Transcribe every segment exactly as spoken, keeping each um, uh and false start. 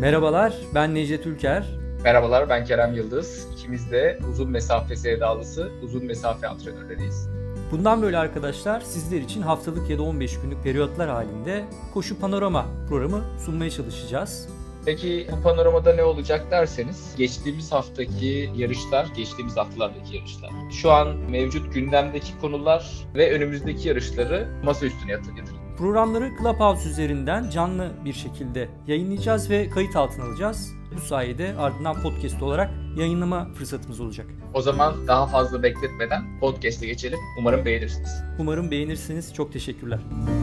Merhabalar, ben Necdet Ülker. Merhabalar, ben Kerem Yıldız. İkimiz de uzun mesafe sevdalısı, uzun mesafe antrenörleriyiz. Bundan böyle arkadaşlar sizler için haftalık ya da on beş günlük periyotlar halinde Koşu Panorama programı sunmaya çalışacağız. Peki bu panoramada ne olacak derseniz, geçtiğimiz haftaki yarışlar, geçtiğimiz haftalardaki yarışlar, şu an mevcut gündemdeki konular ve önümüzdeki yarışları masa üstüne yatıracağız. Programları Clubhouse üzerinden canlı bir şekilde yayınlayacağız ve kayıt altına alacağız. Bu sayede ardından podcast olarak yayınlama fırsatımız olacak. O zaman daha fazla bekletmeden podcast'e geçelim. Umarım beğenirsiniz. Umarım beğenirsiniz. Çok teşekkürler.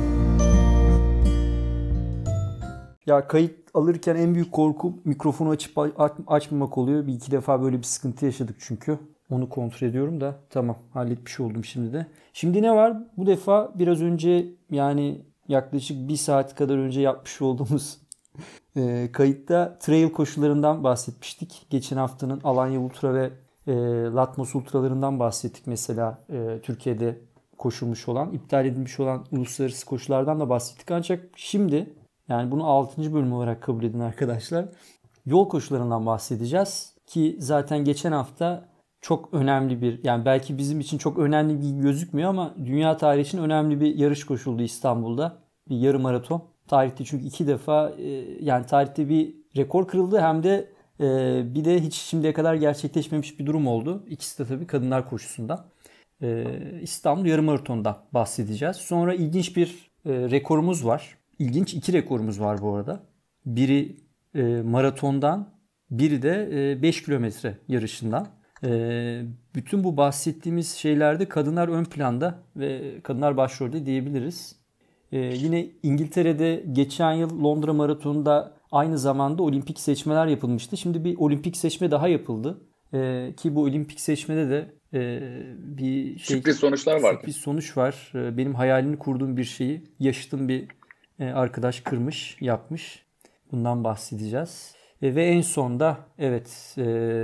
Ya kayıt alırken en büyük korku mikrofonu açıp açmamak oluyor. Bir iki defa böyle bir sıkıntı yaşadık çünkü. Onu kontrol ediyorum da tamam, halletmiş oldum şimdi de. Şimdi ne var? Bu defa biraz önce, yani yaklaşık bir saat kadar önce yapmış olduğumuz e, kayıtta trail koşularından bahsetmiştik. Geçen haftanın Alanya Ultra ve e, Latmos Ultralarından bahsettik mesela, e, Türkiye'de koşulmuş olan, iptal edilmiş olan uluslararası koşulardan da bahsettik. Ancak şimdi, yani bunu altıncı bölüm olarak kabul edin arkadaşlar, yol koşularından bahsedeceğiz. Ki zaten geçen hafta çok önemli bir, yani belki bizim için çok önemli bir gözükmüyor ama dünya tarihi için önemli bir yarış koşuldu İstanbul'da. Bir yarım maraton. Tarihte çünkü iki defa, yani tarihte bir rekor kırıldı, hem de bir de hiç şimdiye kadar gerçekleşmemiş bir durum oldu. İkisi de tabii kadınlar koşusundan. İstanbul yarım maratondan bahsedeceğiz. Sonra ilginç bir rekorumuz var. İlginç iki rekorumuz var bu arada. Biri maratondan, biri de beş kilometre yarışından. Bütün bu bahsettiğimiz şeylerde kadınlar ön planda ve kadınlar başrolde diyebiliriz. Yine İngiltere'de geçen yıl Londra Maratonu'nda aynı zamanda olimpik seçmeler yapılmıştı. Şimdi bir olimpik seçme daha yapıldı. Ki bu olimpik seçmede de bir şey, sürpriz sonuçlar vardı. Sürpriz sonuç var. Benim hayalini kurduğum bir şeyi yaşıtım bir arkadaş kırmış, yapmış. Bundan bahsedeceğiz. Ve en sonda evet,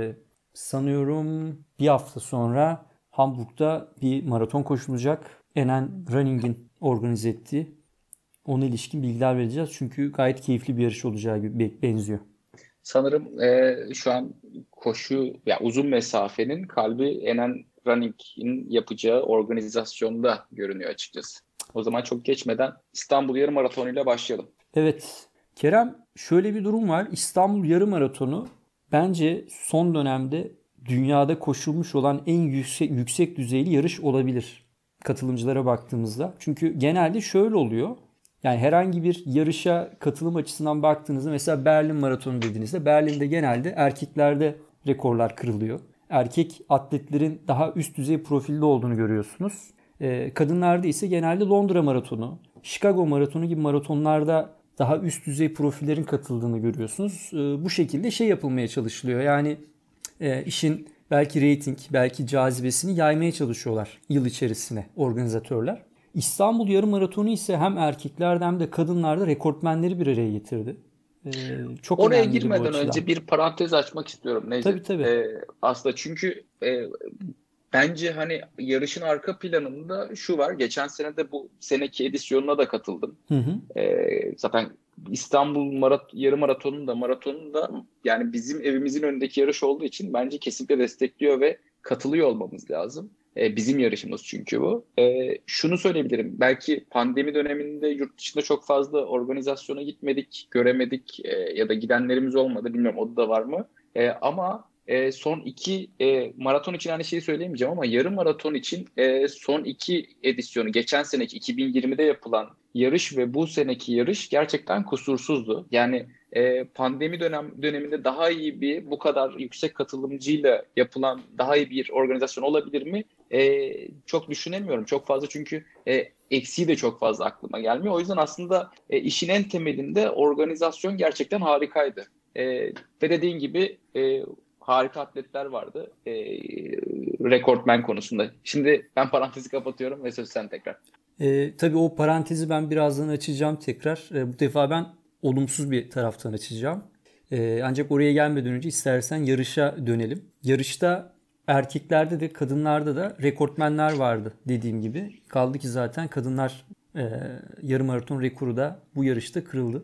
sanıyorum bir hafta sonra Hamburg'da bir maraton koşulacak. N N Running'in organize ettiği. Ona ilişkin bilgiler vereceğiz. Çünkü gayet keyifli bir yarış olacağı gibi benziyor. Sanırım e, şu an koşu, ya uzun mesafenin kalbi N N Running'in yapacağı organizasyonda görünüyor açıkçası. O zaman çok geçmeden İstanbul Yarım Maratonu ile başlayalım. Evet. Kerem, şöyle bir durum var. İstanbul Yarım Maratonu bence son dönemde dünyada koşulmuş olan en yüksek, yüksek düzeyli yarış olabilir katılımcılara baktığımızda. Çünkü genelde şöyle oluyor. Yani herhangi bir yarışa katılım açısından baktığınızda, mesela Berlin Maratonu dediğinizde, Berlin'de genelde erkeklerde rekorlar kırılıyor. Erkek atletlerin daha üst düzey profilde olduğunu görüyorsunuz. Ee, kadınlarda ise genelde Londra Maratonu, Chicago Maratonu gibi maratonlarda daha üst düzey profillerin katıldığını görüyorsunuz. Ee, bu şekilde şey yapılmaya çalışılıyor. Yani e, işin belki reyting, belki cazibesini yaymaya çalışıyorlar yıl içerisine organizatörler. İstanbul Yarım Maratonu ise hem erkeklerde hem de kadınlarda rekortmenleri bir araya getirdi. Ee, çok Oraya önemliydi bu girmeden açıdan. önce bir parantez açmak istiyorum Necdet. Tabii tabii. Ee, aslında çünkü e, bence hani yarışın arka planında şu var. Geçen sene de bu seneki edisyonuna da katıldım. Hı hı. Ee, zaten İstanbul Marat yarım maratonun da maratonun da yani bizim evimizin önündeki yarış olduğu için bence kesinlikle destekliyor ve katılıyor olmamız lazım. Ee, bizim yarışımız çünkü bu. Ee, şunu söyleyebilirim. Belki pandemi döneminde yurt dışında çok fazla organizasyona gitmedik, göremedik e, ya da gidenlerimiz olmadı. Bilmiyorum, o da var mı? E, ama e, son iki e, maraton için aynı şeyi söyleyemeyeceğim ama yarım maraton için e, son iki edisyonu, geçen seneki iki bin yirmide yapılan yarış ve bu seneki yarış gerçekten kusursuzdu. Yani e, pandemi dönem döneminde daha iyi bir, bu kadar yüksek katılımcıyla yapılan daha iyi bir organizasyon olabilir mi? E, çok düşünemiyorum. Çok fazla, çünkü e, eksiği de çok fazla aklıma gelmiyor. O yüzden aslında e, işin en temelinde organizasyon gerçekten harikaydı. E, ve dediğin gibi e, harika atletler vardı e, rekortmen konusunda. Şimdi ben parantezi kapatıyorum ve söz sen tekrar. E, tabii o parantezi ben birazdan açacağım tekrar. E, bu defa ben olumsuz bir taraftan açacağım. E, ancak oraya gelmeden önce istersen yarışa dönelim. Yarışta erkeklerde de kadınlarda da rekortmenler vardı dediğim gibi. Kaldı ki zaten kadınlar e, yarım maraton rekoru da bu yarışta kırıldı.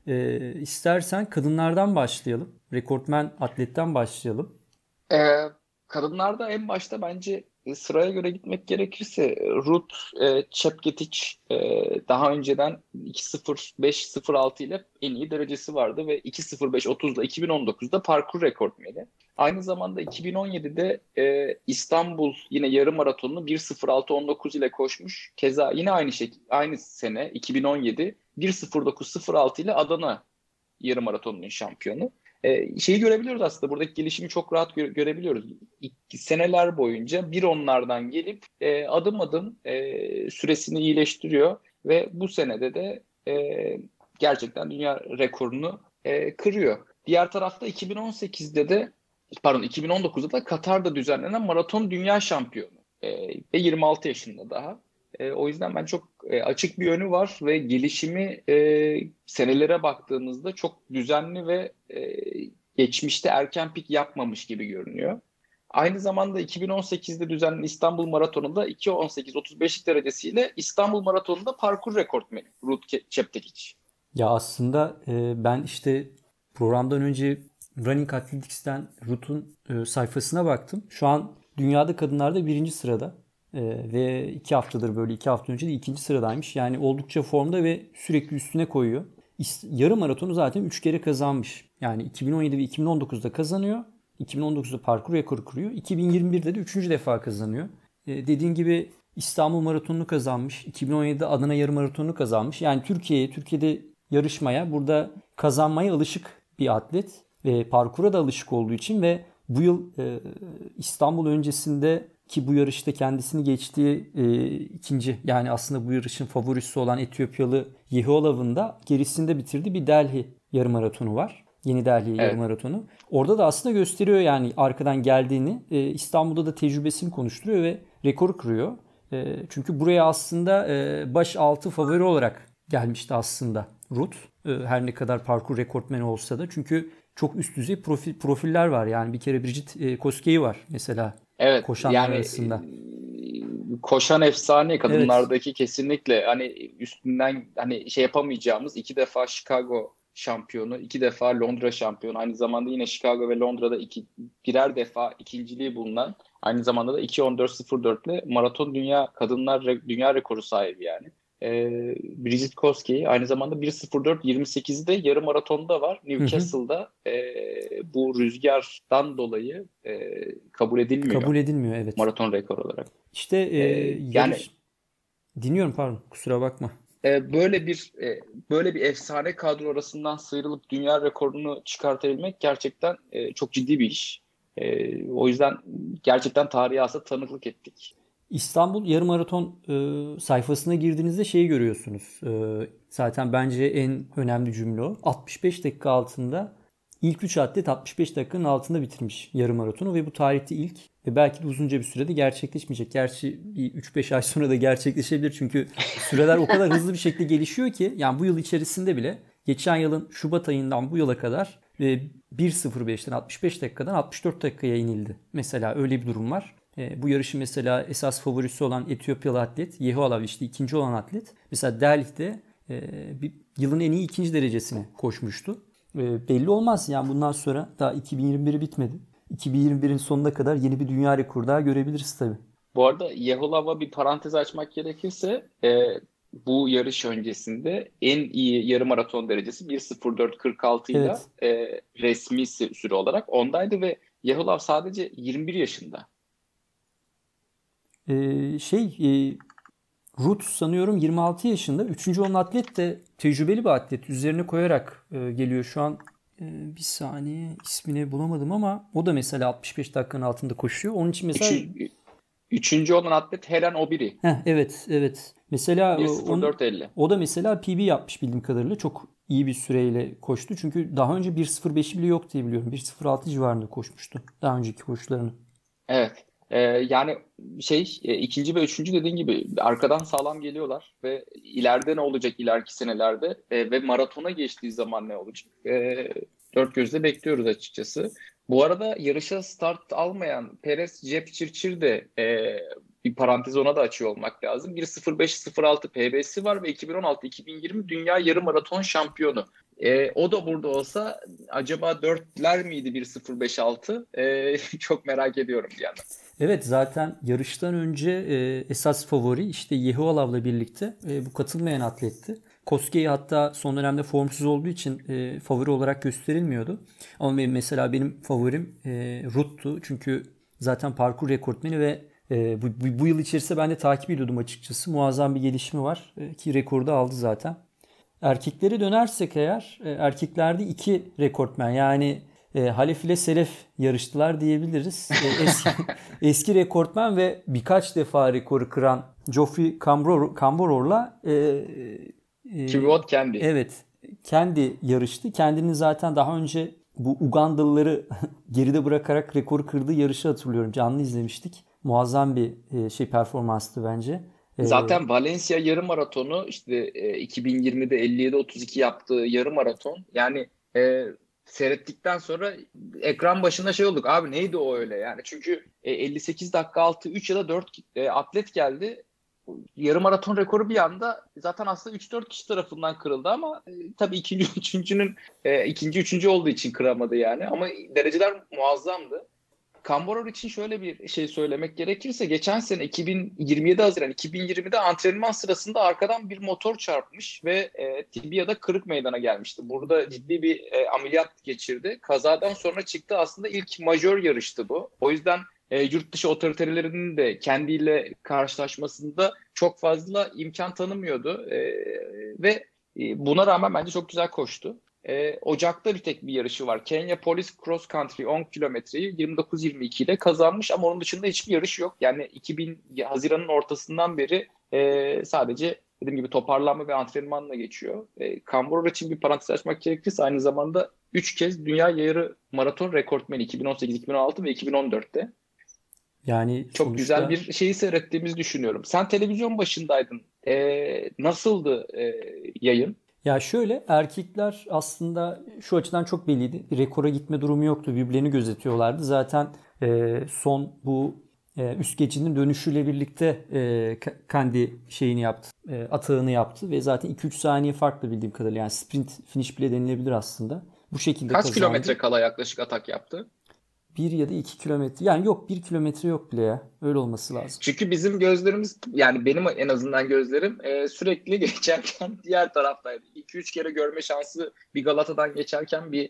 Ee, istersen kadınlardan başlayalım. Rekortmen atletten başlayalım. Ee, Kadınlarda en başta bence e, sıraya göre gitmek gerekirse e, Ruth e, Chepngetich e, daha önceden iki sıfır beş sıfır altı ile en iyi derecesi vardı ve iki sıfır beş otuz ile iki bin on dokuzda parkur rekortmeni. Aynı zamanda iki bin on yedide e, İstanbul yine yarım maratonunu bir sıfır altı on dokuz ile koşmuş. Keza yine aynı şekilde aynı sene iki bin on yedi bir sıfır dokuz sıfır altı ile Adana yarım maratonunun şampiyonu. E, şeyi görebiliyoruz aslında. Buradaki gelişimi çok rahat gö- görebiliyoruz. İlk seneler boyunca bir onlardan gelip e, adım adım e, süresini iyileştiriyor ve bu senede de e, gerçekten dünya rekorunu e, kırıyor. Diğer tarafta iki bin on sekizde de pardon iki bin on dokuzda da Katar'da düzenlenen maraton dünya şampiyonu e, ve yirmi altı yaşında daha. E, o yüzden ben çok e, açık bir yönü var ve gelişimi e, senelere baktığımızda çok düzenli ve e, geçmişte erken pik yapmamış gibi görünüyor. Aynı zamanda iki bin on sekizde düzenlenen İstanbul Maratonu'nda iki on sekiz otuz beşlik derecesiyle İstanbul Maratonu'nda parkur rekortmeni Ruth Chepngetich. Ya aslında e, ben işte programdan önce Running Athletics'ten Ruth'un e, sayfasına baktım. Şu an dünyada kadınlarda birinci sırada. E, ve iki haftadır böyle iki hafta önce de ikinci sıradaymış. Yani oldukça formda ve sürekli üstüne koyuyor. İst- Yarım maratonu zaten üç kere kazanmış. Yani iki bin on yedi ve iki bin on dokuzda kazanıyor. iki bin on dokuzda parkur rekoru kuruyor. iki bin yirmi birde de üçüncü defa kazanıyor. E, dediğin gibi İstanbul Maratonu'nu kazanmış. iki bin on yedide Adana Yarım Maratonu'nu kazanmış. Yani Türkiye'ye, Türkiye'de yarışmaya, burada kazanmaya alışık bir atlet ve parkura da alışık olduğu için ve bu yıl e, İstanbul öncesinde ki bu yarışta kendisini geçtiği e, ikinci, yani aslında bu yarışın favorisi olan Etiyopyalı Yeholav'ın da gerisinde bitirdiği bir Delhi yarım maratonu var. Yeni Delhi yarım Evet. maratonu. Orada da aslında gösteriyor yani arkadan geldiğini. E, İstanbul'da da tecrübesini konuşturuyor ve rekor kırıyor. E, çünkü buraya aslında e, baş altı favori olarak gelmişti aslında Ruth. E, her ne kadar parkur rekortmeni olsa da. Çünkü çok üst düzey profil, profiller var. Yani bir kere Bridget e, Koskei var mesela Evet koşanlar yani arasında. e, koşan efsane Evet. kadınlardaki kesinlikle hani üstünden hani şey yapamayacağımız iki defa Chicago şampiyonu, iki defa Londra şampiyonu, aynı zamanda yine Chicago ve Londra'da iki, birer defa ikinciliği bulunan, aynı zamanda da iki on dört sıfır dört ile maraton dünya kadınlar re- dünya rekoru sahibi yani. Ee, Bridget Koskei aynı zamanda bir sıfır dört yirmi sekizde yarım maratonda var. Hı hı. Newcastle'da e, bu rüzgardan dolayı e, kabul edilmiyor Kabul edilmiyor, evet. maraton rekoru olarak. İşte e, E, yani yarış dinliyorum, pardon, kusura bakma. e, böyle bir e, böyle bir efsane kadro arasından sıyrılıp dünya rekorunu çıkartabilmek gerçekten e, çok ciddi bir iş. E, o yüzden gerçekten tarihe aslında tanıklık ettik. İstanbul Yarım Maraton e, sayfasına girdiğinizde şeyi görüyorsunuz. E, zaten bence en önemli cümle o. altmış beş dakika altında ilk üç atlet altmış beş dakikanın altında bitirmiş yarım maratonu ve bu tarihte ilk ve belki de uzunca bir sürede gerçekleşmeyecek. Gerçi bir üç beş ay sonra da gerçekleşebilir çünkü süreler o kadar hızlı bir şekilde gelişiyor ki yani bu yıl içerisinde bile geçen yılın Şubat ayından bu yıla kadar e, bir sıfır beşten altmış beş dakikadan altmış dört dakikaya inildi. Mesela öyle bir durum var. E, bu yarışı mesela esas favorisi olan Etiyopyalı atlet Yehoalav, işte ikinci olan atlet. Mesela Delhi'de e, bir, yılın en iyi ikinci derecesine koşmuştu. E, belli olmaz yani bundan sonra daha iki bin yirmi biri bitmedi. iki bin yirmi birin sonuna kadar yeni bir dünya rekoru daha görebiliriz tabii. Bu arada Yeholav'a bir parantez açmak gerekirse e, bu yarış öncesinde en iyi yarım maraton derecesi bir sıfır dört kırk altı ile Evet. e, resmi sü- süre olarak ondaydı ve Yeholav sadece yirmi bir yaşında. E, şey e, Ruth sanıyorum yirmi altı yaşında. Üçüncü olan atlet de tecrübeli bir atlet. Üzerine koyarak e, geliyor şu an. E, bir saniye, ismini bulamadım ama o da mesela altmış beş dakikanın altında koşuyor. Onun için mesela Üçü, üçüncü olan atlet Helen Obiri heh, evet evet. Mesela e, on, bir sıfır dört elli. o da mesela P B yapmış bildiğim kadarıyla. Çok iyi bir süreyle koştu. Çünkü daha önce bir sıfır beşi bile yok diye biliyorum. bir sıfır altı civarında koşmuştu daha önceki koşularını. Evet. Ee, yani şey e, ikinci ve üçüncü dediğin gibi arkadan sağlam geliyorlar ve ileride ne olacak ileriki senelerde e, ve maratona geçtiği zaman ne olacak? E, dört gözle bekliyoruz açıkçası. Bu arada yarışa start almayan Perez Jepchirchir de e, bir parantez ona da açıyor olmak lazım. bir sıfır beş sıfır altı P B'si var ve iki bin on altı iki bin yirmi dünya yarım maraton şampiyonu. E, o da burada olsa acaba dörtler miydi bir sıfır beş altı? E, çok merak ediyorum bir yandan. Evet, zaten yarıştan önce e, esas favori işte Yehualav'la birlikte e, bu katılmayan atletti. Koskei hatta son dönemde formsuz olduğu için e, favori olarak gösterilmiyordu. Ama benim, mesela benim favorim e, Ruth'tu. Çünkü zaten parkur rekortmeni ve e, bu, bu, bu yıl içerisinde ben de takip ediyordum açıkçası. Muazzam bir gelişimi var e, ki rekoru da aldı zaten. Erkeklere dönersek eğer, e, erkeklerde iki rekortmen yani e, Halef ile Selef yarıştılar diyebiliriz. E, eski, eski rekortmen ve birkaç defa rekoru kıran Geoffrey Kamworor- Kamworor'la e, e, Kiviot kendi. evet, kendi yarıştı. Kendini zaten daha önce bu Ugandalıları geride bırakarak rekoru kırdığı yarışı hatırlıyorum. Canlı izlemiştik. Muazzam bir e, şey performanstı bence. E, Zaten Valencia yarım maratonu işte e, iki bin yirmide elli yedi otuz iki yaptığı yarım maraton yani e, seyrettikten sonra ekran başında şey olduk abi neydi o öyle yani çünkü e, elli sekiz dakika altı üç ya da dört e, atlet geldi. Yarım maraton rekoru bir anda zaten aslında üç dört kişi tarafından kırıldı ama e, tabii ikinci üçüncünün e, ikinci üçüncü olduğu için kıramadı yani ama dereceler muazzamdı. Kamboror için şöyle bir şey söylemek gerekirse geçen sene iki bin yirmi yedi Haziran iki bin yirmide antrenman sırasında arkadan bir motor çarpmış ve e, tibiada kırık meydana gelmişti. Burada ciddi bir e, ameliyat geçirdi. Kazadan sonra çıktı aslında ilk majör yarıştı bu. O yüzden e, yurt dışı otoritelerinin de kendiyle karşılaşmasında çok fazla imkan tanımıyordu. E, ve e, buna rağmen bence çok güzel koştu. E, Ocak'ta bir tek bir yarışı var. Kenya Police Cross Country on kilometreyi yirmi dokuz yirmi iki ile kazanmış ama onun dışında hiçbir yarış yok. Yani iki bin Haziran'ın ortasından beri e, sadece dediğim gibi toparlanma ve antrenmanla geçiyor. E, Kamboror için bir parantez açmak gerekirse aynı zamanda üç kez dünya yarı maraton rekortmeni iki bin on sekiz, iki bin on altı ve iki bin on dörtte. yani Çok sonuçta güzel bir şeyi seyrettiğimizi düşünüyorum. Sen televizyon başındaydın. E, nasıldı e, yayın? ya şöyle, erkekler aslında şu açıdan çok belliydi. Bir rekora gitme durumu yoktu. Birbirlerini gözetiyorlardı. Zaten e, son bu e, üst geçidin dönüşüyle birlikte e, Ka- Kandi şeyini yaptı. E, atağını yaptı ve zaten iki üç saniye farklı bildiğim kadarıyla. Yani sprint finish bile denilebilir aslında. Bu şekilde Kaç kilometre kazandı. kala yaklaşık atak yaptı? Bir ya da iki kilometre. Yani yok, bir kilometre yok bile ya. Öyle olması lazım. Çünkü bizim gözlerimiz yani benim en azından gözlerim e, sürekli geçerken diğer taraftaydı. iki üç kere görme şansı bir Galata'dan geçerken bir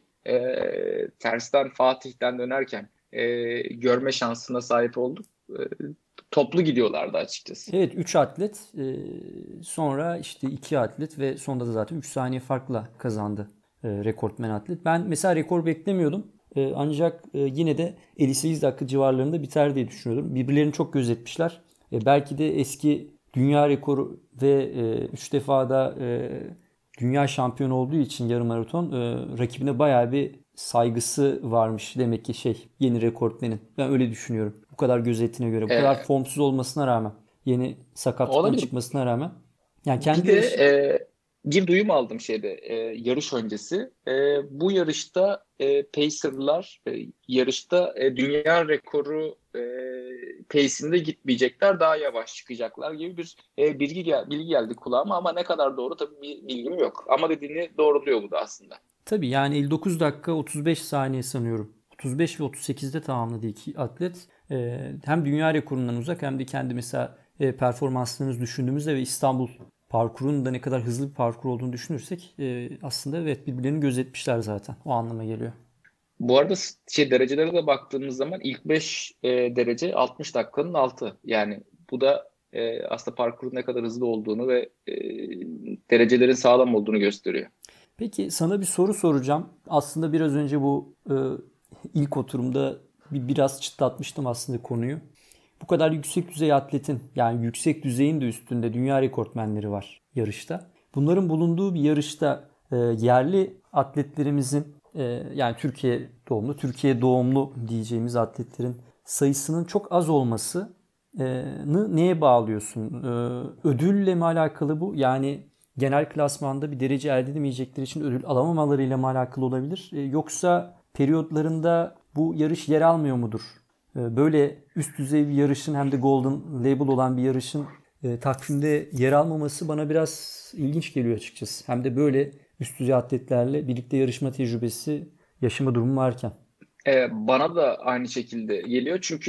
e, tersten Fatih'ten dönerken e, görme şansına sahip olduk. E, toplu gidiyorlardı açıkçası. Evet, üç atlet, e, sonra işte iki atlet ve sonda da zaten üç saniye farkla kazandı e, rekortmen atlet. Ben mesela rekor beklemiyordum. E, ancak e, yine de elli sekiz dakika civarlarında biter diye düşünüyordum. Birbirlerini çok gözetmişler. E, belki de eski dünya rekoru ve üç defa da e, dünya şampiyonu olduğu için yarım maraton e, rakibine bayağı bir saygısı varmış demek ki şey yeni rekortmenin. Ben öyle düşünüyorum. Bu kadar gözetine göre, bu kadar E, formsuz olmasına rağmen, yeni sakatlıkların olabilir. çıkmasına rağmen. Yani Bir kendi de yarışı. e, bir duyum aldım şeyde e, yarış öncesi. E, bu yarışta e, Pacer'lar e, yarışta e, dünya rekoru e, pace'inde gitmeyecekler, daha yavaş çıkacaklar gibi bir e, bilgi gel bilgi geldi kulağıma ama ne kadar doğru tabii bir bilgim yok. Ama dediğini doğruluyor bu da aslında. Tabii yani elli dokuz dakika otuz beş saniye sanıyorum. otuz beş ve otuz sekizde tamamladı iki atlet. E, hem dünya rekorundan uzak hem de kendi mesela e, performanslarını düşündüğümüzde ve İstanbul parkurunun da ne kadar hızlı bir parkur olduğunu düşünürsek e, aslında evet, birbirlerini gözetmişler zaten. O anlama geliyor. Bu arada s- şey derecelere de baktığımız zaman ilk beş e, derece altmış dakikanın altı. Yani bu da e, aslında parkurun ne kadar hızlı olduğunu ve e, derecelerin sağlam olduğunu gösteriyor. Peki sana bir soru soracağım. Aslında biraz önce bu e, ilk oturumda bir biraz çıtlatmıştım aslında konuyu. Bu kadar yüksek düzey atletin, yani yüksek düzeyin de üstünde dünya rekortmenleri var yarışta. Bunların bulunduğu bir yarışta e, yerli atletlerimizin, e, yani Türkiye doğumlu, Türkiye doğumlu diyeceğimiz atletlerin sayısının çok az olmasını neye bağlıyorsun? E, ödülle mi alakalı bu? Yani genel klasmanda bir derece elde edemeyecekleri için ödül alamamalarıyla mı alakalı olabilir? E, yoksa periyotlarında bu yarış yer almıyor mudur? E, böyle üst düzey bir yarışın, hem de Golden Label olan bir yarışın e, takvimde yer almaması bana biraz ilginç geliyor açıkçası. Hem de böyle üst düzey atletlerle birlikte yarışma tecrübesi yaşama durumu varken. Ee, bana da aynı şekilde geliyor çünkü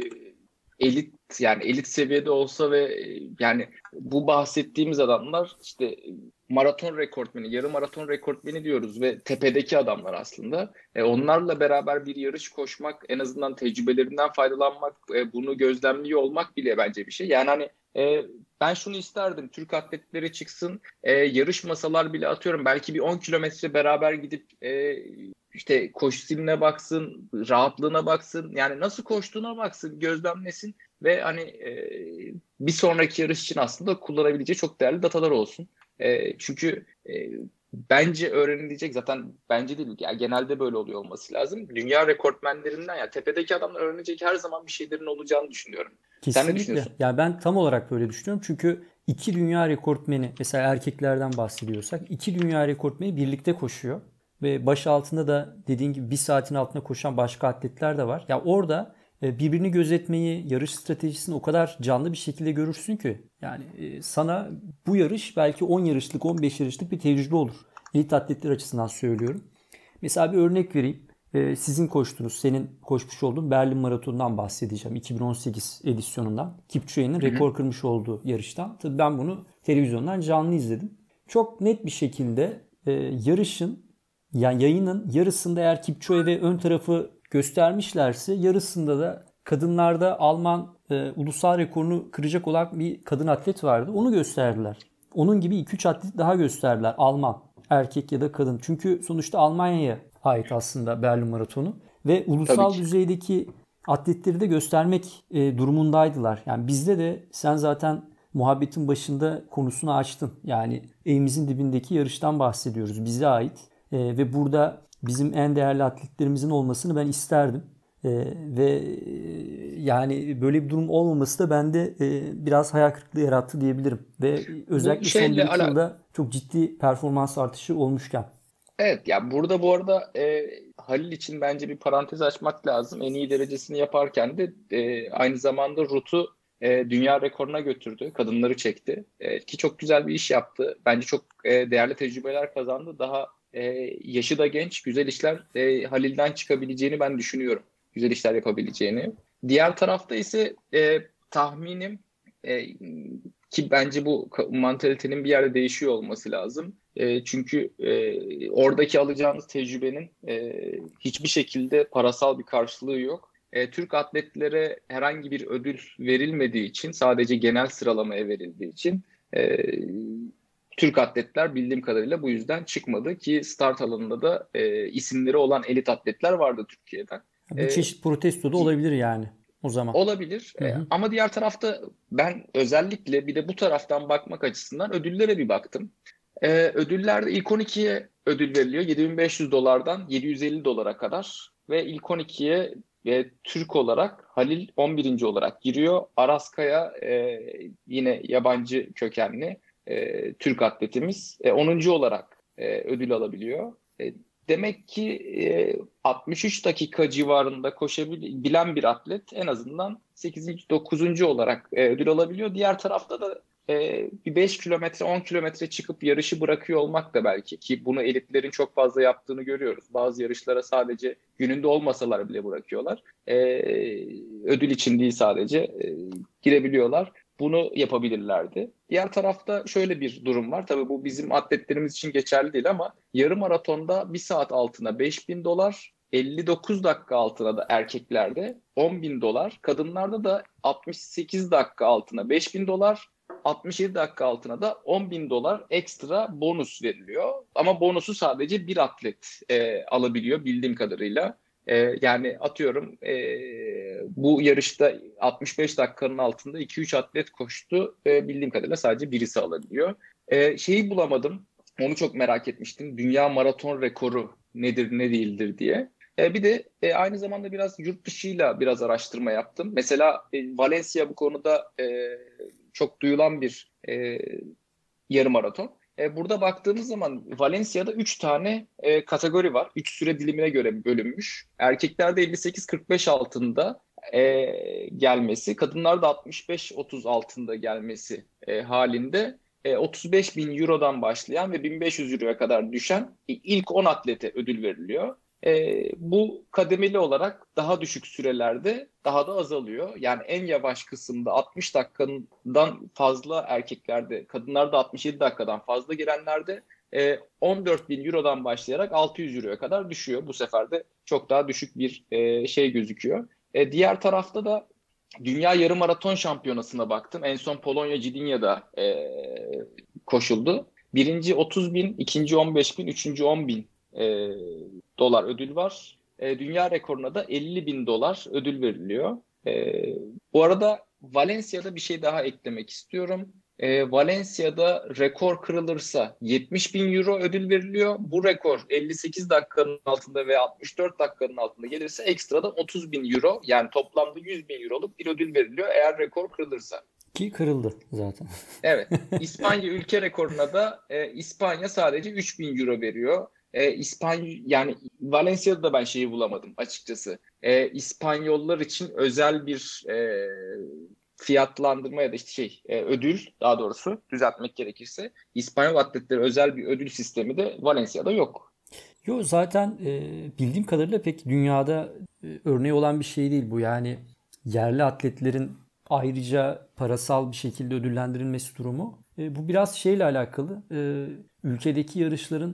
e, elit yani elit seviyede olsa ve e, yani bu bahsettiğimiz adamlar işte maraton rekortmeni, yarım maraton rekortmeni diyoruz ve tepedeki adamlar aslında. E, onlarla beraber bir yarış koşmak, en azından tecrübelerinden faydalanmak, e, bunu gözlemliyor olmak bile bence bir şey. Yani hani e, ben şunu isterdim, Türk atletleri çıksın, e, yarışmasalar bile atıyorum belki bir on kilometre beraber gidip e, işte koşu stiline baksın, rahatlığına baksın, yani nasıl koştuğuna baksın, gözlemlesin ve hani e, bir sonraki yarış için aslında kullanabileceği çok değerli datalar olsun. E, çünkü e, bence öğrenilecek, zaten bence değil yani genelde böyle oluyor olması lazım. Dünya rekortmenlerinden ya tepedeki adamlar öğrenecek her zaman bir şeylerin olacağını düşünüyorum. Sen ne Kesinlikle. düşünüyorsun? Ya ben tam olarak böyle düşünüyorum. Çünkü iki dünya rekortmeni, mesela erkeklerden bahsediyorsak, iki dünya rekortmeni birlikte koşuyor. Ve baş altında da dediğin gibi bir saatin altında koşan başka atletler de var. Ya orada e, birbirini gözetmeyi, yarış stratejisini o kadar canlı bir şekilde görürsün ki. Yani e, sana bu yarış belki on yarışlık, on beş yarışlık bir tecrübe olur. Elit atletler açısından söylüyorum. Mesela bir örnek vereyim. Ee, sizin koştuğunuz, senin koşmuş olduğun Berlin Maratonu'ndan bahsedeceğim. iki bin on sekiz edisyonundan. Kipchoge'nin Hı hı. rekor kırmış olduğu yarıştan. Tabii ben bunu televizyondan canlı izledim. Çok net bir şekilde e, yarışın, yani yayının yarısında eğer Kipchoge ve ön tarafı göstermişlerse, yarısında da kadınlarda Alman e, ulusal rekorunu kıracak olan bir kadın atlet vardı. Onu gösterdiler. Onun gibi iki üç atlet daha gösterdiler. Alman, erkek ya da kadın. Çünkü sonuçta Almanya'ya ait aslında Berlin Maratonu. Ve Tabii ulusal ki. düzeydeki atletleri de göstermek e, durumundaydılar. Yani bizde de sen zaten muhabbetin başında konusunu açtın. Yani evimizin dibindeki yarıştan bahsediyoruz. Bize ait. E, ve burada bizim en değerli atletlerimizin olmasını ben isterdim. E, ve e, yani böyle bir durum olmaması da bende e, biraz hayal kırıklığı yarattı diyebilirim. Ve Bu özellikle son bir şeyle iki ala yılda çok ciddi performans artışı olmuşken. Evet ya burada bu arada e, Halil için bence bir parantez açmak lazım. En iyi derecesini yaparken de e, aynı zamanda Rut'u e, dünya rekoruna götürdü. Kadınları çekti. E, ki çok güzel bir iş yaptı. Bence çok e, değerli tecrübeler kazandı. Daha e, yaşı da genç. Güzel işler e, Halil'den çıkabileceğini ben düşünüyorum. Güzel işler yapabileceğini. Diğer tarafta ise e, tahminim e, ki bence bu mantalitenin bir yerde değişiyor olması lazım. E, çünkü e, oradaki alacağınız tecrübenin e, hiçbir şekilde parasal bir karşılığı yok. E, Türk atletlere herhangi bir ödül verilmediği için, sadece genel sıralamaya verildiği için e, Türk atletler bildiğim kadarıyla bu yüzden çıkmadı ki start alanında da e, isimleri olan elit atletler vardı Türkiye'den. Bir E, çeşit protesto da ki olabilir yani o zaman. Olabilir. Hı E, hı. ama diğer tarafta ben özellikle bir de bu taraftan bakmak açısından ödüllere bir baktım. E, ödüllerde ilk on ikiye ödül veriliyor. yedi bin beş yüz dolardan yedi yüz elli dolara kadar ve ilk on ikiye e, Türk olarak Halil on birinci olarak giriyor. Araskaya e, yine yabancı kökenli e, Türk atletimiz e, onuncu olarak e, ödül alabiliyor. E, Demek ki e, altmış üç dakika civarında koşabilen bir atlet en azından sekizinci. dokuzuncu olarak e, ödül alabiliyor. Diğer tarafta da e, bir beş kilometre on kilometre çıkıp yarışı bırakıyor olmak da belki, ki bunu elitlerin çok fazla yaptığını görüyoruz. Bazı yarışlara sadece gününde olmasalar bile bırakıyorlar. E, ödül için değil, sadece e, girebiliyorlar. Bunu yapabilirlerdi. Diğer tarafta şöyle bir durum var. Tabii bu bizim atletlerimiz için geçerli değil ama yarım maratonda bir saat altına beş bin dolar, elli dokuz dakika altına da erkeklerde on bin dolar, kadınlarda da altmış sekiz dakika altına beş bin dolar, altmış yedi dakika altına da on bin dolar ekstra bonus veriliyor. Ama bonusu sadece bir atlet e, alabiliyor bildiğim kadarıyla. E, yani atıyorum e, bu yarışta altmış beş dakikanın altında iki üç atlet koştu. E, bildiğim kadarıyla sadece birisi alabiliyor. E, şeyi bulamadım. Onu çok merak etmiştim. Dünya maraton rekoru nedir ne değildir diye. E, bir de e, aynı zamanda biraz yurt dışıyla biraz araştırma yaptım. Mesela e, Valencia bu konuda e, çok duyulan bir e, yarım maraton. E, burada baktığımız zaman Valencia'da üç tane e, kategori var. üç süre dilimine göre bölünmüş. Erkeklerde elli sekiz kırk beş altında e, gelmesi, kadınlarda altmış beş otuz altında gelmesi e, halinde e, otuz beş bin Euro'dan başlayan ve bin beş yüz Euro'ya kadar düşen e, ilk on atlete ödül veriliyor. E, bu kademeli olarak daha düşük sürelerde daha da azalıyor. Yani en yavaş kısımda altmış dakikadan fazla erkeklerde, kadınlarda altmış yedi dakikadan fazla girenlerde e, on dört bin Euro'dan başlayarak altı yüz Euro'ya kadar düşüyor. Bu sefer de çok daha düşük bir e, şey gözüküyor. E, diğer tarafta da Dünya Yarım Maraton Şampiyonası'na baktım. En son Polonya Gdynia'da e, koşuldu. Birinci otuz bin, ikinci on beş bin, üçüncü on bin e, dolar ödül var. E, dünya rekoruna da elli bin dolar ödül veriliyor. E, bu arada Valencia'da bir şey daha eklemek istiyorum. E, Valencia'da rekor kırılırsa yetmiş bin euro ödül veriliyor. Bu rekor elli sekiz dakikanın altında veya altmış dört dakikanın altında gelirse ekstradan otuz bin euro, yani toplamda yüz bin euroluk bir ödül veriliyor eğer rekor kırılırsa. Ki kırıldı zaten. Evet. İspanya ülke rekoruna da e, İspanya sadece üç bin euro veriyor. E, İspanya yani Valencia'da da ben şeyi bulamadım açıkçası. E, İspanyollar için özel bir e, fiyatlandırma ya da işte şey e, ödül, daha doğrusu düzeltmek gerekirse İspanyol atletlere özel bir ödül sistemi de Valencia'da yok. Yo zaten e, bildiğim kadarıyla pek dünyada e, örneği olan bir şey değil bu. Yani yerli atletlerin ayrıca parasal bir şekilde ödüllendirilmesi durumu. E, bu biraz şeyle alakalı. E, ülkedeki yarışların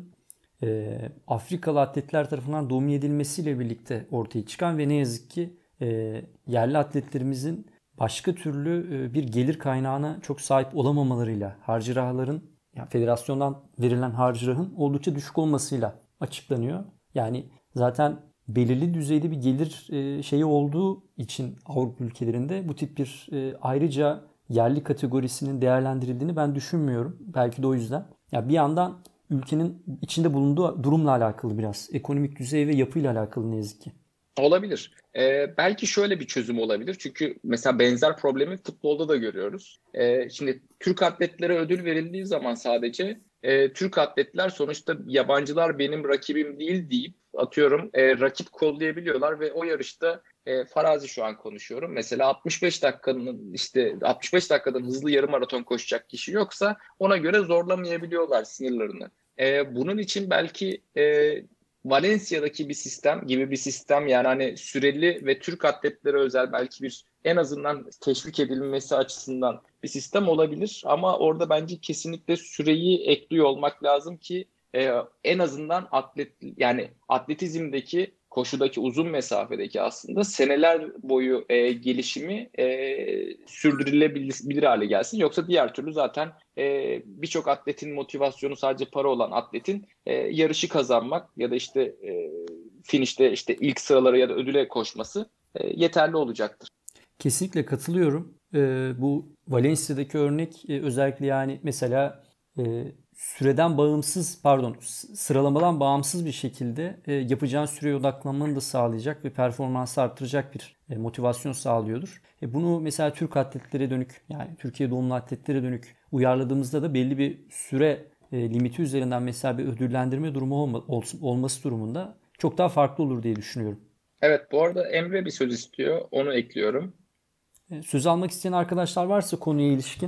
e, Afrikalı atletler tarafından domine edilmesiyle birlikte ortaya çıkan ve ne yazık ki e, yerli atletlerimizin başka türlü e, bir gelir kaynağına çok sahip olamamalarıyla, harcırahların, yani federasyondan verilen harcırahın oldukça düşük olmasıyla açıklanıyor. Yani zaten belirli düzeyde bir gelir e, şeyi olduğu için Avrupa ülkelerinde bu tip bir e, ayrıca yerli kategorisinin değerlendirildiğini ben düşünmüyorum. Belki de o yüzden. Ya bir yandan ülkenin içinde bulunduğu durumla alakalı biraz. Ekonomik düzey ve yapıyla alakalı ne yazık ki. Olabilir. Ee, belki şöyle bir çözüm olabilir. Çünkü mesela benzer problemi futbolda da görüyoruz. Ee, şimdi Türk atletlere ödül verildiği zaman sadece e, Türk atletler sonuçta yabancılar benim rakibim değil deyip atıyorum e, rakip kollayabiliyorlar ve o yarışta e, farazi şu an konuşuyorum. Mesela altmış beş dakikanın işte altmış beş dakikadan hızlı yarım maraton koşacak kişi yoksa ona göre zorlamayabiliyorlar sınırlarını. E, bunun için belki e, Valencia'daki bir sistem gibi bir sistem, yani hani süreli ve Türk atletlere özel belki bir en azından teşvik edilmesi açısından bir sistem olabilir. Ama orada bence kesinlikle süreyi ekliyor olmak lazım ki e, en azından atlet yani atletizmdeki koşudaki uzun mesafedeki aslında seneler boyu e, gelişimi e, sürdürülebilir hale gelsin. Yoksa diğer türlü zaten e, birçok atletin motivasyonu sadece para olan atletin e, yarışı kazanmak ya da işte e, finişte işte ilk sıralara ya da ödüle koşması e, yeterli olacaktır. Kesinlikle katılıyorum. Ee, bu Valencia'daki örnek e, özellikle yani mesela e, süreden bağımsız pardon sıralamadan bağımsız bir şekilde e, yapacağın süreye odaklanmanı da sağlayacak ve performansı arttıracak bir e, motivasyon sağlıyordur. E, bunu mesela Türk atletlere dönük, yani Türkiye doğumlu atletlere dönük uyarladığımızda da belli bir süre e, limiti üzerinden mesela bir ödüllendirme durumu olma, olsun, olması durumunda çok daha farklı olur diye düşünüyorum. Evet, bu arada Emre bir söz istiyor. Onu ekliyorum. E, söz almak isteyen arkadaşlar varsa konuya ilişkin.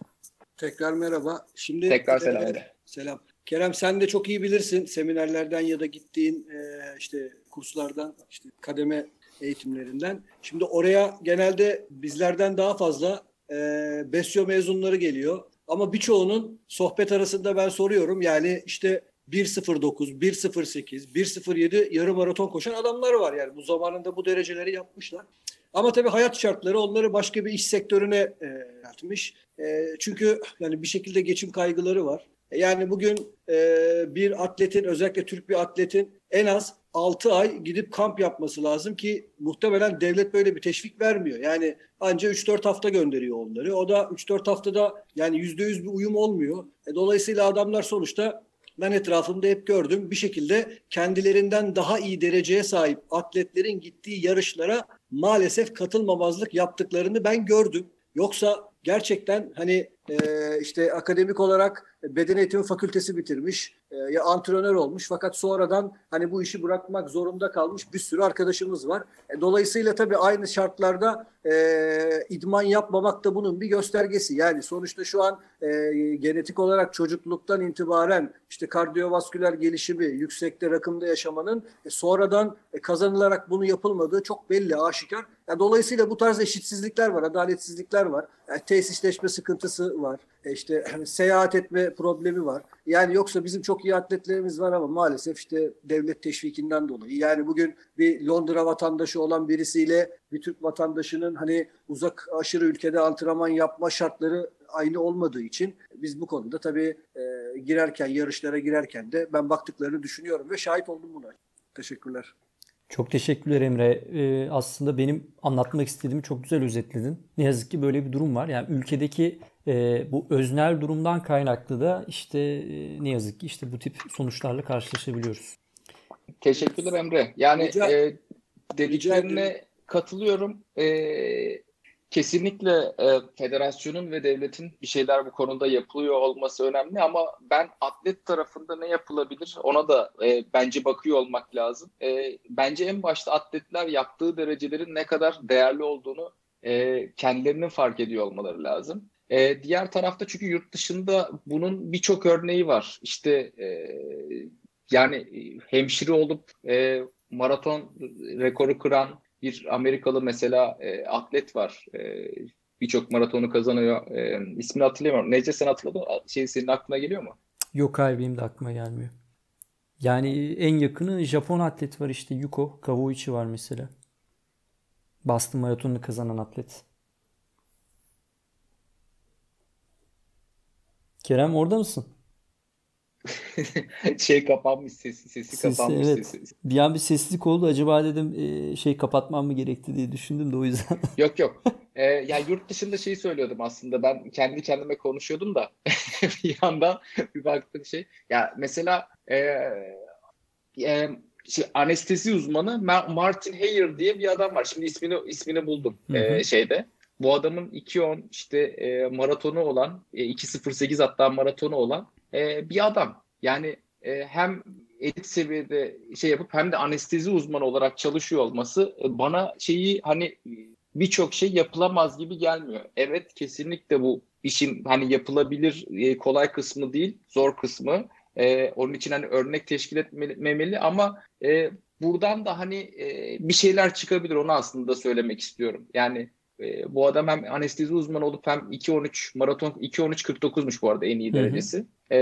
Tekrar merhaba. Şimdi Tekrar e, selam Emre. selam. Kerem, sen de çok iyi bilirsin seminerlerden ya da gittiğin e, işte kurslardan, işte kademe eğitimlerinden. Şimdi oraya genelde bizlerden daha fazla e, Besyo mezunları geliyor. Ama birçoğunun sohbet arasında ben soruyorum. Yani işte bir sıfır dokuz, bir sıfır sekiz, bir sıfır yedi yarım maraton koşan adamlar var. Yani bu zamanında bu dereceleri yapmışlar. Ama tabii hayat şartları onları başka bir iş sektörüne e, yöneltmiş. E, çünkü yani bir şekilde geçim kaygıları var. E, yani bugün e, bir atletin, özellikle Türk bir atletin en az altı ay gidip kamp yapması lazım ki muhtemelen devlet böyle bir teşvik vermiyor. Yani anca üç dört hafta gönderiyor onları. O da üç dört haftada yani yüzde yüz bir uyum olmuyor. E, dolayısıyla adamlar sonuçta, ben etrafımda hep gördüm, bir şekilde kendilerinden daha iyi dereceye sahip atletlerin gittiği yarışlara maalesef katılmamazlık yaptıklarını ben gördüm. Yoksa gerçekten hani e, işte akademik olarak beden eğitimi fakültesi bitirmiş, e, ya antrenör olmuş fakat sonradan hani bu işi bırakmak zorunda kalmış bir sürü arkadaşımız var. E, dolayısıyla tabii aynı şartlarda e, idman yapmamak da bunun bir göstergesi. Yani sonuçta şu an e, genetik olarak çocukluktan itibaren işte kardiyovasküler gelişimi, yüksekte rakımda yaşamanın e, sonradan e, kazanılarak bunu yapılmadığı çok belli, aşikar. Yani dolayısıyla bu tarz eşitsizlikler var, adaletsizlikler var. Yani tesisleşme sıkıntısı var. E işte hani seyahat etme problemi var. Yani yoksa bizim çok iyi atletlerimiz var ama maalesef işte devlet teşvikinden dolayı. Yani bugün bir Londra vatandaşı olan birisiyle bir Türk vatandaşının hani uzak aşırı ülkede antrenman yapma şartları aynı olmadığı için biz bu konuda tabii e, girerken, yarışlara girerken de ben baktıklarını düşünüyorum ve şahit oldum buna. Teşekkürler. Çok teşekkürler Emre. Ee, aslında benim anlatmak istediğimi çok güzel özetledin. Ne yazık ki böyle bir durum var. Yani ülkedeki e, bu öznel durumdan kaynaklı da işte e, ne yazık ki işte bu tip sonuçlarla karşılaşabiliyoruz. Teşekkürler Emre. Yani Rica, e, rica dediklerine ederim. katılıyorum. E, kesinlikle e, federasyonun ve devletin bir şeyler bu konuda yapılıyor olması önemli ama ben atlet tarafında ne yapılabilir ona da e, bence bakıyor olmak lazım. E, bence en başta atletler yaptığı derecelerin ne kadar değerli olduğunu e, kendilerinin fark ediyor olmaları lazım. E, diğer tarafta çünkü yurt dışında bunun birçok örneği var. İşte e, yani hemşire olup e, maraton rekoru kıran bir Amerikalı mesela e, atlet var. E, birçok maratonu kazanıyor. E, ismini hatırlayamıyorum. Nece sen hatırladın? Şey, senin aklına geliyor mu? Yok, hayır, benim de aklıma gelmiyor. Yani en yakını Japon atlet var işte, Yuko Kawauchi var mesela. Boston Maratonu'nu kazanan atlet. Kerem, orada mısın? Şey kapanmış sesi, sesi Sesi, kapanmış evet. sesi. Bir an bir sessizlik oldu. Acaba dedim e, şey kapatmam mı gerekti diye düşündüm de o yüzden. Yok yok. Ee, ya yurt dışında şeyi söylüyordum aslında. Ben kendi kendime konuşuyordum da bir yandan bir baktım şey. Ya mesela e, e, şey, anestezi uzmanı Ma- Martin Hayer diye bir adam var. Şimdi ismini ismini buldum Hı e, hı. şeyde. Bu adamın iki on işte e, maratonu olan e, iki sıfır sekiz hatta maratonu olan e, bir adam. Yani e, hem elit seviyede şey yapıp hem de anestezi uzmanı olarak çalışıyor olması e, bana şeyi hani birçok şey yapılamaz gibi gelmiyor. Evet, kesinlikle bu işin hani yapılabilir e, kolay kısmı değil, zor kısmı. E, onun için hani örnek teşkil etmemeli ama e, buradan da hani e, bir şeyler çıkabilir, onu aslında söylemek istiyorum. Yani e, bu adam hem anestezi uzmanı olup hem iki on üç maraton iki on üç kırk dokuzmuş bu arada en iyi Hı hı. derecesi. E,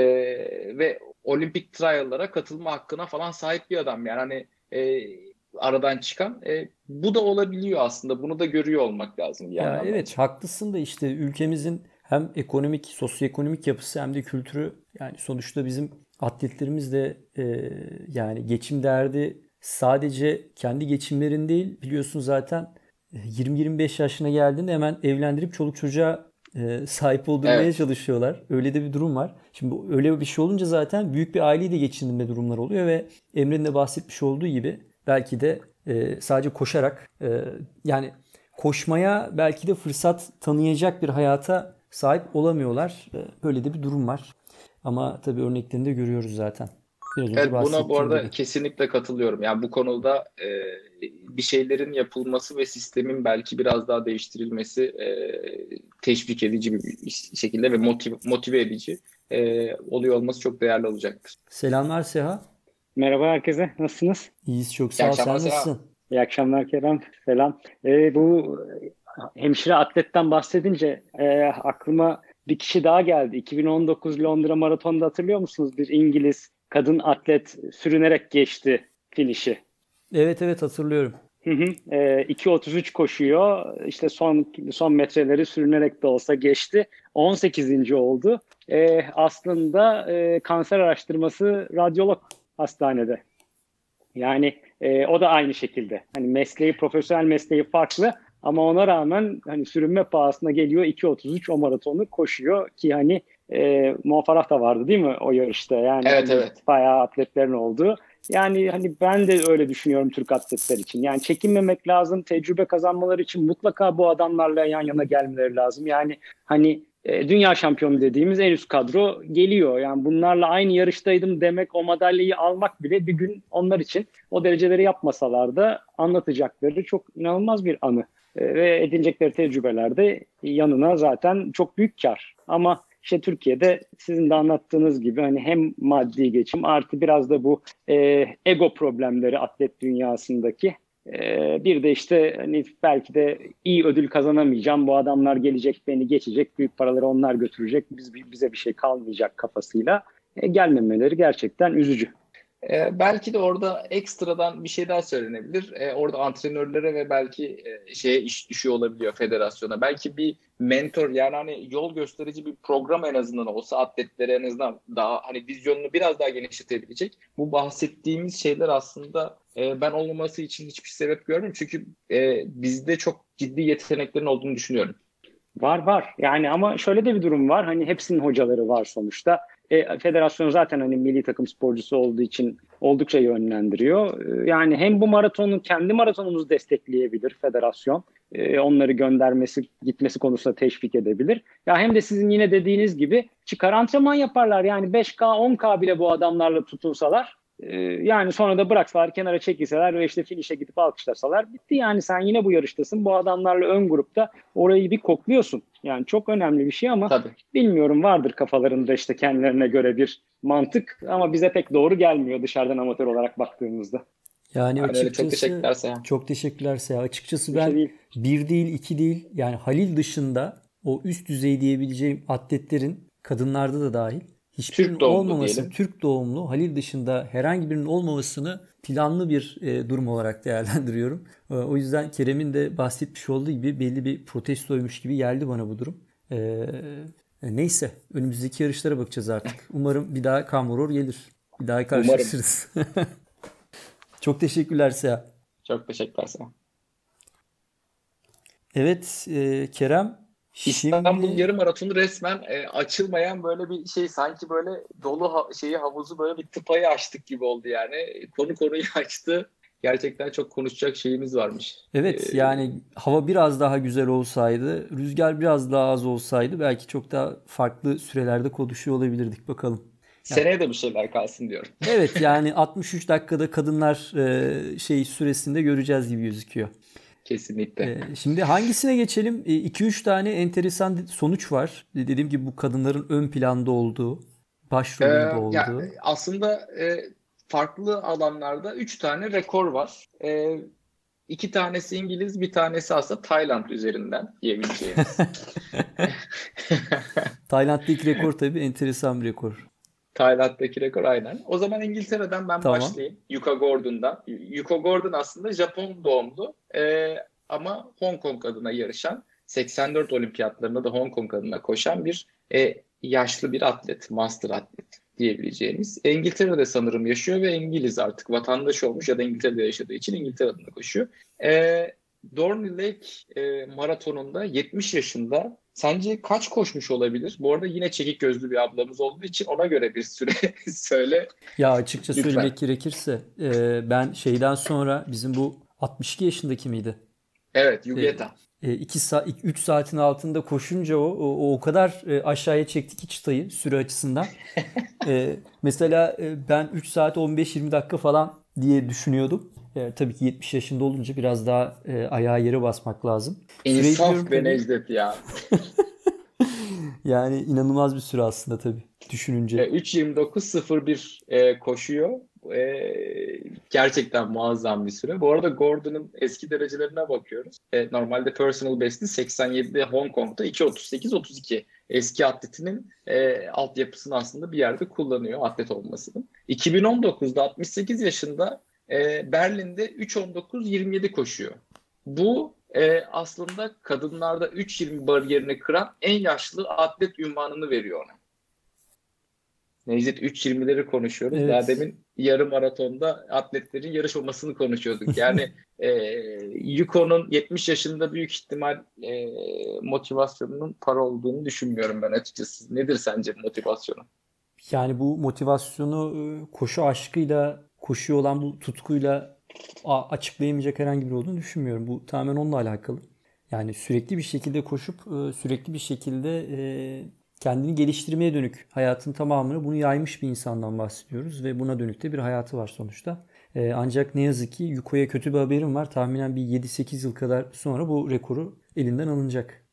ve olimpik trial'lara katılma hakkına falan sahip bir adam. Yani hani e, aradan çıkan. E, bu da olabiliyor aslında. Bunu da görüyor olmak lazım bir Ya yandan evet, bence. haklısın da işte ülkemizin hem ekonomik, sosyoekonomik yapısı hem de kültürü, yani sonuçta bizim atletlerimiz de e, yani geçim derdi sadece kendi geçimlerin değil, biliyorsun zaten yirmi yirmi beş yaşına geldiğinde hemen evlendirip çoluk çocuğa e, sahip oldurmaya Evet. çalışıyorlar. Öyle de bir durum var. Şimdi bu- öyle bir şey olunca zaten büyük bir aileyi de geçindirme durumları oluyor ve Emre'nin de bahsetmiş olduğu gibi belki de e, sadece koşarak e, yani koşmaya belki de fırsat tanıyacak bir hayata sahip olamıyorlar. E, Böyle de bir durum var. Ama tabii örneklerini de görüyoruz zaten. Biraz önce Evet, buna bu bahsettiğim gibi. arada kesinlikle katılıyorum. Yani bu konuda e, bir şeylerin yapılması ve sistemin belki biraz daha değiştirilmesi e, teşvik edici bir şekilde ve motive, motive edici e, oluyor olması çok değerli olacaktır. Selamlar Seha. Merhaba herkese, nasılsınız? İyiyiz, çok İyi sağ ol. akşamlar Sen Selam. nasılsın? İyi akşamlar Kerem, selam. Ee, bu hemşire atletten bahsedince e, aklıma bir kişi daha geldi. iki bin on dokuz Londra Maratonu'nda hatırlıyor musunuz? Bir İngiliz kadın atlet sürünerek geçti finişi. Evet, evet, hatırlıyorum. Hı hı. E, iki otuz üç koşuyor. İşte son son metreleri sürünerek de olsa geçti. on sekizinci oldu. E, aslında e, kanser araştırması radyolog hastanede. Yani e, o da aynı şekilde. Hani mesleği, profesyonel mesleği farklı ama ona rağmen hani sürünme pahasına geliyor iki otuz üç o maratonu koşuyor ki hani e, Mo Farah da vardı değil mi o yarışta? Yani Evet hani evet. bayağı atletlerin olduğu. yani hani ben de öyle düşünüyorum Türk atletler için. Yani çekinmemek lazım. Tecrübe kazanmaları için mutlaka bu adamlarla yan yana gelmeleri lazım. Yani hani e, dünya şampiyonu dediğimiz en üst kadro geliyor. Yani bunlarla aynı yarıştaydım demek, o madalyayı almak bile bir gün onlar için, o dereceleri yapmasalar da anlatacakları çok inanılmaz bir anı. E, ve edinecekleri tecrübeler de yanına zaten çok büyük kar. Ama işte Türkiye'de sizin de anlattığınız gibi hani hem maddi geçim artı biraz da bu e, ego problemleri atlet dünyasındaki, e, bir de işte hani belki de iyi ödül kazanamayacağım, bu adamlar gelecek beni geçecek, büyük paraları onlar götürecek, biz bize bir şey kalmayacak kafasıyla e, gelmemeleri gerçekten üzücü. Ee, belki de orada ekstradan bir şey daha söylenebilir. Ee, orada antrenörlere ve belki e, şeye iş düşüyor olabiliyor federasyona. Belki bir mentor, yani hani yol gösterici bir program en azından olsa atletlere en azından daha hani vizyonunu biraz daha genişletebilecek. Bu bahsettiğimiz şeyler aslında e, ben olmaması için hiçbir sebep görmüyorum. Çünkü e, bizde çok ciddi yeteneklerin olduğunu düşünüyorum. Var var yani, ama şöyle de bir durum var, hani hepsinin hocaları var sonuçta. E, federasyon zaten hani milli takım sporcusu olduğu için oldukça yönlendiriyor. E, yani hem bu maratonu, kendi maratonumuzu destekleyebilir federasyon. E, onları göndermesi, gitmesi konusunda teşvik edebilir. Ya hem de sizin yine dediğiniz gibi çıkar antrenman yaparlar. Yani beş K on K bile bu adamlarla tutulsalar, e, yani sonra da bıraksalar, kenara çekilseler ve işte finish'e gidip alkışlasalar bitti. Yani sen yine bu yarıştasın. Bu adamlarla ön grupta orayı bir kokluyorsun. Yani çok önemli bir şey ama Tabii. bilmiyorum, vardır kafalarında işte kendilerine göre bir mantık ama bize pek doğru gelmiyor dışarıdan amatör olarak baktığımızda. Yani Yani öyle, çok açıkçası teşekkürler Seyhan. çok teşekkürler Seha. Açıkçası Bir şey ben değil. bir değil iki değil, yani Halil dışında o üst düzey diyebileceğim atletlerin, kadınlarda da dahil, hiçbirinin Türk doğumlu olmaması, diyelim. Türk doğumlu Halil dışında herhangi birinin olmamasını planlı bir e, durum olarak değerlendiriyorum. E, o yüzden Kerem'in de bahsetmiş olduğu gibi belli bir protestoymuş gibi geldi bana bu durum. E, neyse, önümüzdeki yarışlara bakacağız artık. Umarım bir daha Kamoror gelir. Bir daha karşılaşırız. Çok teşekkürler Seha. Çok teşekkürler Seyhan. Evet e, Kerem. İstanbul Şimdi yarım maratonu resmen e, açılmayan böyle bir şey, sanki böyle dolu ha- şeyi havuzu böyle bir tıpayı açtık gibi oldu yani. Konu konuyu açtı. Gerçekten çok konuşacak şeyimiz varmış. evet, Ee, yani hava biraz daha güzel olsaydı, rüzgar biraz daha az olsaydı belki çok daha farklı sürelerde konuşuyor olabilirdik, bakalım. Yani, seneye de bir şeyler kalsın diyorum. evet yani altmış üç dakikada kadınlar e, şey süresinde göreceğiz gibi gözüküyor. Kesinlikle. E, şimdi hangisine geçelim? iki üç tane enteresan sonuç var. Dediğim gibi bu kadınların ön planda olduğu, Ee, başrolünde ya olduğu. aslında e, farklı alanlarda üç tane rekor var. E, iki tanesi İngiliz, bir tanesi aslında Tayland üzerinden diyebileceğimiz. Tayland'daki ilk rekor tabii enteresan bir rekor. Tayland'daki rekor aynen. O zaman İngiltere'den ben Tamam. başlayayım. Yuka Gordon'dan. Yuka Gordon aslında Japon doğumlu ee, ama Hong Kong adına yarışan, seksen dört olimpiyatlarında da Hong Kong adına koşan bir e, yaşlı bir atlet, master atlet diyebileceğimiz. İngiltere'de sanırım yaşıyor ve İngiliz, artık vatandaş olmuş ya da İngiltere'de yaşadığı için İngiltere adına koşuyor. Ee, Dorney Lake e, maratonunda yetmiş yaşında. Sence kaç koşmuş olabilir? Bu arada yine çekik gözlü bir ablamız olduğu için ona göre bir süre söyle Ya açıkça lütfen. söylemek gerekirse e, ben şeyden sonra bizim bu altmış iki yaşındaki miydi? Evet, E, Yugeta. e, iki saat, üç saatin altında koşunca o, o, o kadar e, aşağıya çekti ki çıtayı süre açısından. E, mesela e, ben üç saat on beş yirmi dakika falan diye düşünüyordum. E, tabii ki yetmiş yaşında olunca biraz daha e, ayağa yere basmak lazım. Süreyi biliyorum İnsaf ve tabii. Necdet ya. Yani inanılmaz bir süre aslında tabii düşününce. E, üç yirmi dokuz sıfır bir e, koşuyor. E, gerçekten muazzam bir süre. Bu arada Gordon'ın eski derecelerine bakıyoruz. E, normalde personal best'i seksen yedide Hong Kong'da iki otuz sekiz otuz iki. Eski atletinin e, altyapısını aslında bir yerde kullanıyor, atlet olmasının. iki bin on dokuzda altmış sekiz yaşında e, Berlin'de üç on dokuz yirmi yedi koşuyor. Bu e, aslında kadınlarda üç yirmi bariyerini kıran en yaşlı atlet unvanını veriyor ona. Necdet, üç yirmileri konuşuyoruz. Daha Evet. demin yarım maratonda atletlerin yarışmamasını konuşuyorduk. Yani e, Yuko'nun yetmiş yaşında büyük ihtimal e, motivasyonunun para olduğunu düşünmüyorum ben açıkçası. Nedir sence motivasyonu? Yani bu motivasyonu e, koşu aşkıyla koşuya olan bu tutkuyla a- açıklayamayacak herhangi biri olduğunu düşünmüyorum. Bu tamamen onunla alakalı. Yani sürekli bir şekilde koşup e, sürekli bir şekilde e, kendini geliştirmeye dönük hayatın tamamını bunu yaymış bir insandan bahsediyoruz ve buna dönük de bir hayatı var sonuçta. E, ancak ne yazık ki Yuko'ya kötü bir haberim var. Tahminen bir yedi sekiz yıl kadar sonra bu rekoru elinden alınacak.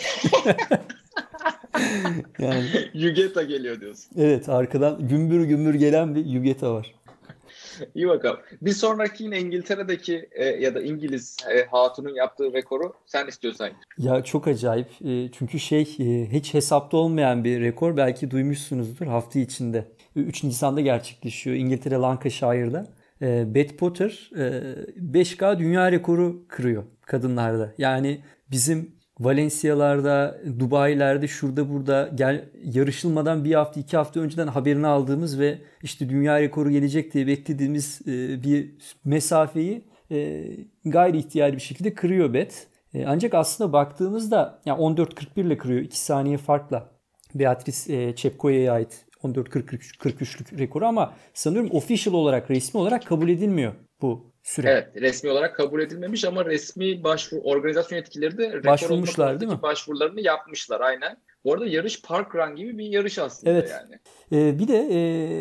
Yani Yugeta geliyor diyorsun. evet, arkadan gümbür gümbür gelen bir Yugeta var. İyi bakalım. Bir sonraki yine İngiltere'deki e, ya da İngiliz e, hatunun yaptığı rekoru sen istiyorsan. Ya çok acayip. E, çünkü şey e, hiç hesapta olmayan bir rekor. Belki duymuşsunuzdur hafta içinde. üç Nisan'da gerçekleşiyor İngiltere Lancashire'da. E, Beth Potter e, beş K dünya rekoru kırıyor kadınlarda. Yani bizim Valencia'larda, Dubai'lerde, şurada burada gel, yarışılmadan bir hafta iki hafta önceden haberini aldığımız ve işte dünya rekoru gelecek diye beklediğimiz e, bir mesafeyi e, gayri ihtiyari bir şekilde kırıyor Beth. E, ancak aslında baktığımızda yani on dört kırk bir ile kırıyor iki saniye farkla. Beatrice e, Çepkoya'ya ait on dört kırk üçlük rekoru ama sanıyorum official olarak, resmi olarak kabul edilmiyor bu süre. Evet, resmi olarak kabul edilmemiş ama resmi başvuru organizasyon yetkilileri de rekor başvurmuşlar olma değil mi? Başvurularını yapmışlar aynen. Bu arada yarış parkrun gibi bir yarış aslında evet. yani. Ee, bir de e,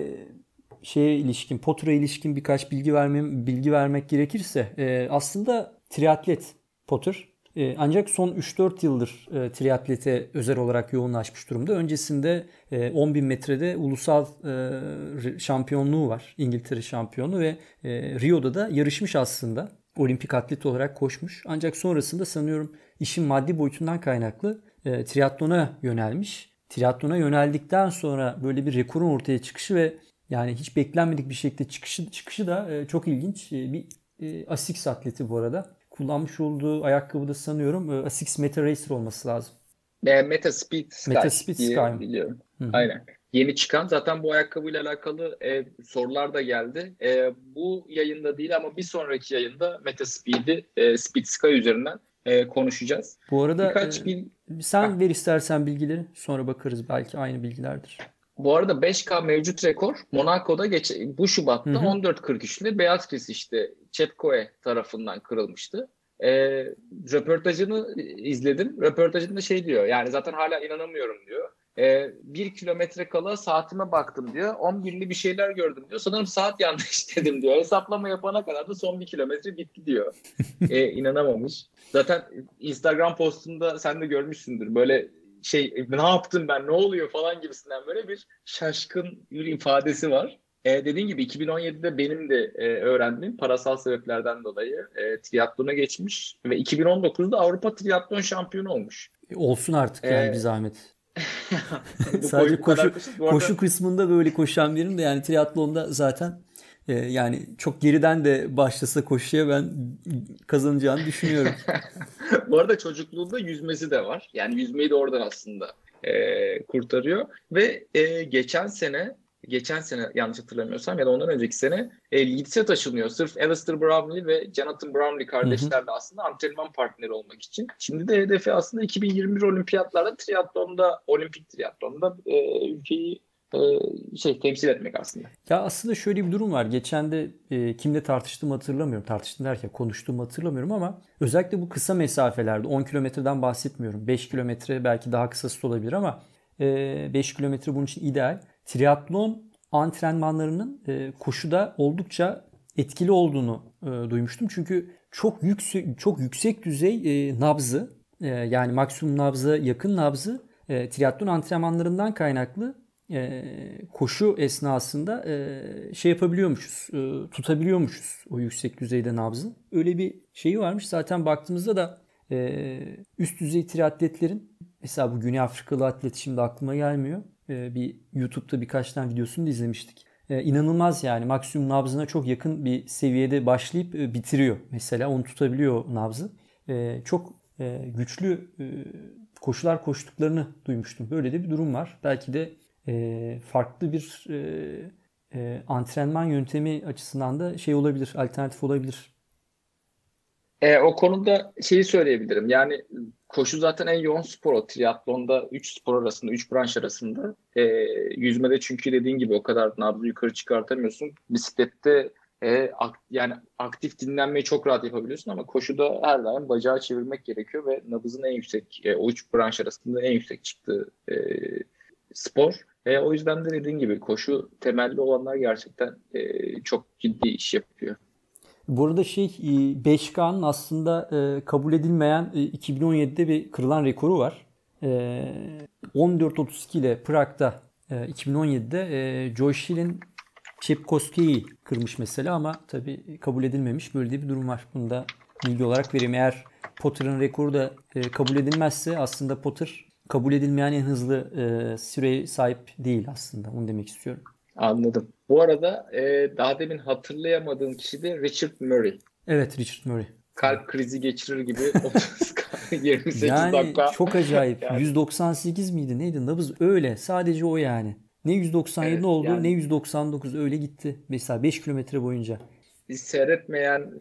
şeye ilişkin, Potter'a ilişkin birkaç bilgi vermem bilgi vermek gerekirse e, aslında triatlet Potter. E, ancak son üç dört yıldır e, triatlete özel olarak yoğunlaşmış durumda. Öncesinde e, on bin metrede ulusal e, şampiyonluğu var. İngiltere şampiyonu ve e, Rio'da da yarışmış aslında. Olimpik atlet olarak koşmuş. Ancak sonrasında sanıyorum işin maddi boyutundan kaynaklı e, triatlona yönelmiş. Triatlona yöneldikten sonra böyle bir rekorun ortaya çıkışı ve yani hiç beklenmedik bir şekilde çıkışı, çıkışı da e, çok ilginç. E, bir e, Asics atleti bu arada. Kullanmış olduğu ayakkabıda sanıyorum e, Asics Meta Racer olması lazım. E, Meta Speed Sky Meta Speed diye Sky. biliyorum. Hı-hı. Aynen. Yeni çıkan zaten bu ayakkabıyla alakalı e, sorular da geldi. E, bu yayında değil ama bir sonraki yayında Meta Speed'i e, Speed Sky üzerinden e, konuşacağız. Bu arada Birkaç e, bil... sen Heh. ver istersen bilgileri, sonra bakarız, belki aynı bilgilerdir. Bu arada beş K mevcut rekor Monaco'da geç, bu Şubat'ta Hı hı. on dört kırk üç'ünde Beatrice işte Çepkoe tarafından kırılmıştı. E, röportajını izledim. Röportajında şey diyor, yani zaten hala inanamıyorum diyor. E, bir kilometre kala saatime baktım diyor. on birli bir şeyler gördüm diyor. Sanırım saat yanlış dedim diyor. Hesaplama yapana kadar da son bir kilometre bitti diyor. e, inanamamış. Zaten Instagram postunda sen de görmüşsündür. Böyle şey, ne yaptım ben, ne oluyor falan gibisinden böyle bir şaşkın bir ifadesi var. E, dediğim gibi iki bin on yedide benim de e, öğrendiğim parasal sebeplerden dolayı e, triatlona geçmiş ve iki bin on dokuzda Avrupa Triatlon Şampiyonu olmuş. E, olsun artık yani Ee, bir zahmet. Bu Sadece bu kadar koşu koşu, bu arada... koşu kısmında böyle koşan birinin de yani triatlonda zaten e, yani çok geriden de başlasa koşuya ben kazanacağını düşünüyorum. Bu arada çocukluğunda yüzmesi de var. Yani yüzmeyi de oradan aslında e, kurtarıyor. Ve e, geçen sene, geçen sene yanlış hatırlamıyorsam ya da ondan önceki sene e, Leeds'e taşınıyor. Sırf Alistair Brownlee ve Jonathan Brownlee kardeşlerle aslında antrenman partneri olmak için. Şimdi de hedefi aslında iki bin yirmi bir olimpiyatlarda triatlonda, olimpik triatlonda e, ülkeyi e, şey temsil etmek aslında. Ya aslında şöyle bir durum var. Geçen de e, kimle tartıştığımı hatırlamıyorum. Tartıştım derken konuştuğumu hatırlamıyorum ama özellikle bu kısa mesafelerde on kilometreden bahsetmiyorum. beş kilometre belki daha kısası olabilir ama e, beş kilometre bunun için ideal. Triatlon antrenmanlarının e, koşuda oldukça etkili olduğunu e, duymuştum. Çünkü çok yüksek çok yüksek düzey e, nabzı e, yani maksimum nabza yakın nabzı e, triatlon antrenmanlarından kaynaklı e, koşu esnasında e, şey yapabiliyormuşuz, e, tutabiliyormuşuz o yüksek düzeyde nabzı. Öyle bir şeyi varmış. Zaten baktığımızda da e, üst düzey triatletlerin, mesela bu Güney Afrikalı atlet şimdi aklıma gelmiyor. E, bir YouTube'da birkaç tane videosunu da izlemiştik. E, inanılmaz yani, maksimum nabzına çok yakın bir seviyede başlayıp e, bitiriyor. Mesela onu tutabiliyor nabzı. E, çok e, güçlü e, koşular koştuklarını duymuştum. Böyle de bir durum var. Belki de e, farklı bir e, e, antrenman yöntemi açısından da şey olabilir, alternatif olabilir. E, o konuda şeyi söyleyebilirim. Yani koşu zaten en yoğun spor o. Triatlonda üç spor arasında, üç branş arasında. E, yüzmede çünkü dediğin gibi o kadar nabzı yukarı çıkartamıyorsun. Bisiklette E, ak, yani aktif dinlenmeyi çok rahat yapabiliyorsun ama koşuda her daim bacağı çevirmek gerekiyor ve nabızın en yüksek, e, o üç branş arasında en yüksek çıktığı e, spor. E, o yüzden de dediğin gibi koşu temelli olanlar gerçekten e, çok ciddi iş yapıyor. Bu arada şey beş K'nın aslında e, kabul edilmeyen e, iki bin on yedide bir kırılan rekoru var. E, on dört otuz iki ile Prag'da e, iki bin on yedide e, Joycelyn Chepkosgei'yi kırmış mesela ama tabii kabul edilmemiş. Böyle de bir durum var. Bunu da bilgi olarak vereyim. Eğer Potter'ın rekoru da e, kabul edilmezse aslında Potter kabul edilmeyen en hızlı e, süreye sahip değil aslında. Onu demek istiyorum. Anladım. Bu arada e, daha demin hatırlayamadığım kişi de Richard Murray. Evet, Richard Murray. Kalp krizi geçirir gibi otuz yirmi sekiz yani dakika. Çok acayip. Yani. yüz doksan sekiz miydi? Neydi? Nabız öyle. Sadece o yani. Ne yüz doksan yedi Evet, oldu yani. ne yüz doksan dokuz öyle gitti. Mesela beş kilometre boyunca. Biz seyretmeyen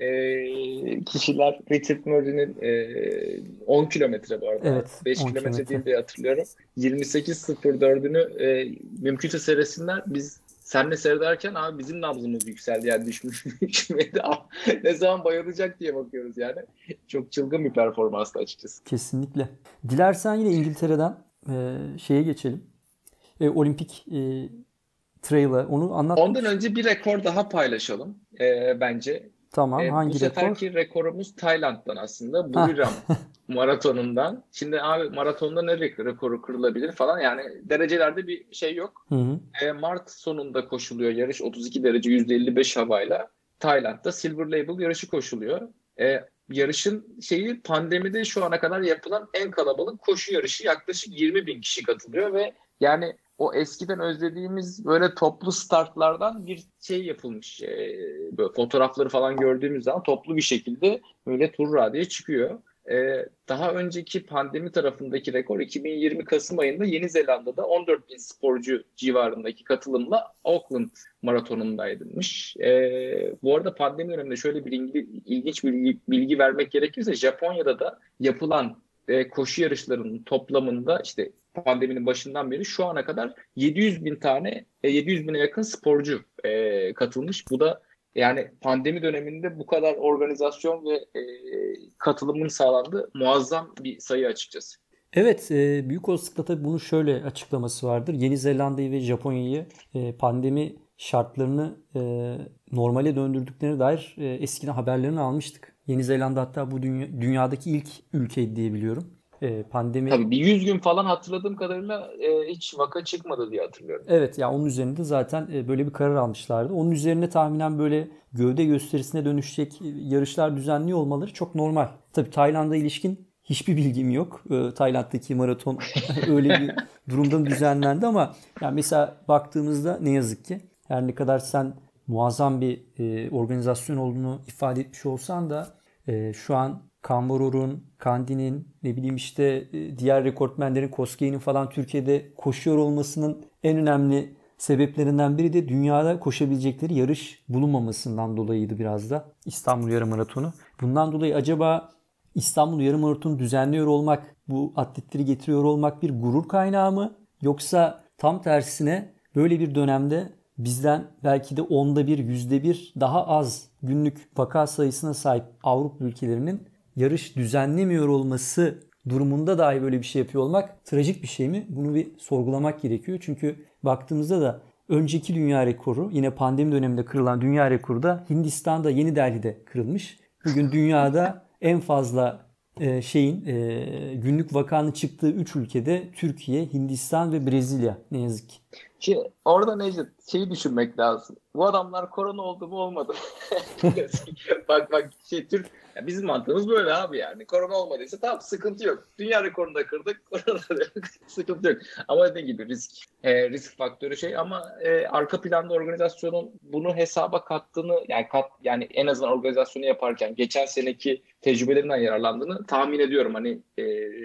e, kişiler Richard Murray'nin e, on kilometre bu arada. Evet, beş on kilometre kilometre. değil diye hatırlıyorum. yirmi sekiz sıfır dördünü e, mümkünse seyretsinler. Biz seninle seyrederken abi bizim nabzımız yükseldi yani düşmüş düşmedi. Ne zaman bayılacak diye bakıyoruz yani. Çok çılgın bir performanstı açıkçası. Kesinlikle. Dilersen yine İngiltere'den e, şeye geçelim. E, olimpik e, trail'a onu anlat. Ondan önce bir rekor daha paylaşalım e, bence. Tamam. E, hangi bu seferki rekor? rekorumuz Tayland'dan aslında. Buriram maratonundan. Şimdi abi maratonda ne rekoru kırılabilir falan yani derecelerde bir şey yok. Hı hı. E, Mart sonunda koşuluyor yarış otuz iki derece yüzde elli beş havayla. Tayland'da Silver Label yarışı koşuluyor. E, yarışın şeyi pandemide şu ana kadar yapılan en kalabalık koşu yarışı yaklaşık yirmi bin kişi katılıyor ve yani o eskiden özlediğimiz böyle toplu startlardan bir şey yapılmış. E, böyle fotoğrafları falan gördüğümüz zaman toplu bir şekilde böyle turra diye çıkıyor. E, daha önceki pandemi tarafındaki rekor iki bin yirmi Kasım ayında Yeni Zelanda'da on dört bin sporcu civarındaki katılımla Auckland maratonundaymış. E, bu arada pandemi döneminde şöyle bir ilgi, ilginç bilgi, bilgi vermek gerekirse Japonya'da da yapılan e, koşu yarışlarının toplamında işte pandeminin başından beri şu ana kadar yedi yüz bin tane, yedi yüz bine yakın sporcu e, katılmış. Bu da yani pandemi döneminde bu kadar organizasyon ve e, katılımın sağlandığı muazzam bir sayı açıkçası. Evet, e, büyük olasılıkla tabii bunun şöyle açıklaması vardır. Yeni Zelanda'yı ve Japonya'yı e, pandemi şartlarını e, normale döndürdüklerine dair e, eskiden haberlerini almıştık. Yeni Zelanda hatta bu dünya, dünyadaki ilk ülkeydi diye biliyorum. E, pandemi. Tabii bir yüz gün falan hatırladığım kadarıyla e, hiç vaka çıkmadı diye hatırlıyorum. Evet ya onun üzerinde zaten e, böyle bir karar almışlardı. Onun üzerine tahminen böyle gövde gösterisine dönüşecek yarışlar düzenliyor olmaları çok normal. Tabii Tayland'a ilişkin hiçbir bilgim yok. E, Tayland'daki maraton öyle bir durumda mı düzenlendi ama yani mesela baktığımızda ne yazık ki her ne kadar sen muazzam bir e, organizasyon olduğunu ifade etmiş olsan da e, şu an Kamboror'un, Kandi'nin, ne bileyim işte diğer rekortmenlerin, Kosgei'nin falan Türkiye'de koşuyor olmasının en önemli sebeplerinden biri de dünyada koşabilecekleri yarış bulunmamasından dolayıydı biraz da İstanbul Yarım Maratonu. Bundan dolayı acaba İstanbul Yarım Maratonu düzenliyor olmak, bu atletleri getiriyor olmak bir gurur kaynağı mı? Yoksa tam tersine böyle bir dönemde bizden belki de onda bir, yüzde bir daha az günlük vaka sayısına sahip Avrupa ülkelerinin yarış düzenlemiyor olması durumunda dahi böyle bir şey yapıyor olmak trajik bir şey mi? Bunu bir sorgulamak gerekiyor. Çünkü baktığımızda da önceki dünya rekoru yine pandemi döneminde kırılan dünya rekoru da Hindistan'da Yeni Delhi'de kırılmış. Bugün dünyada en fazla e, şeyin e, günlük vakanın çıktığı üç ülkede Türkiye, Hindistan ve Brezilya ne yazık ki. Şimdi orada Necdet şeyi düşünmek lazım. Bu adamlar korona oldu mu olmadı mı? bak bak şey Türk ya bizim mantığımız böyle abi yani. Korona olmadıysa tamam sıkıntı yok. Dünya rekorunu da kırdık. Korona da yok. Sıkıntı yok. Ama dediğim gibi risk e, risk faktörü şey ama e, arka planda organizasyonun bunu hesaba kattığını yani kat yani en azından organizasyonu yaparken geçen seneki tecrübelerinden yararlandığını tahmin ediyorum. Hani e,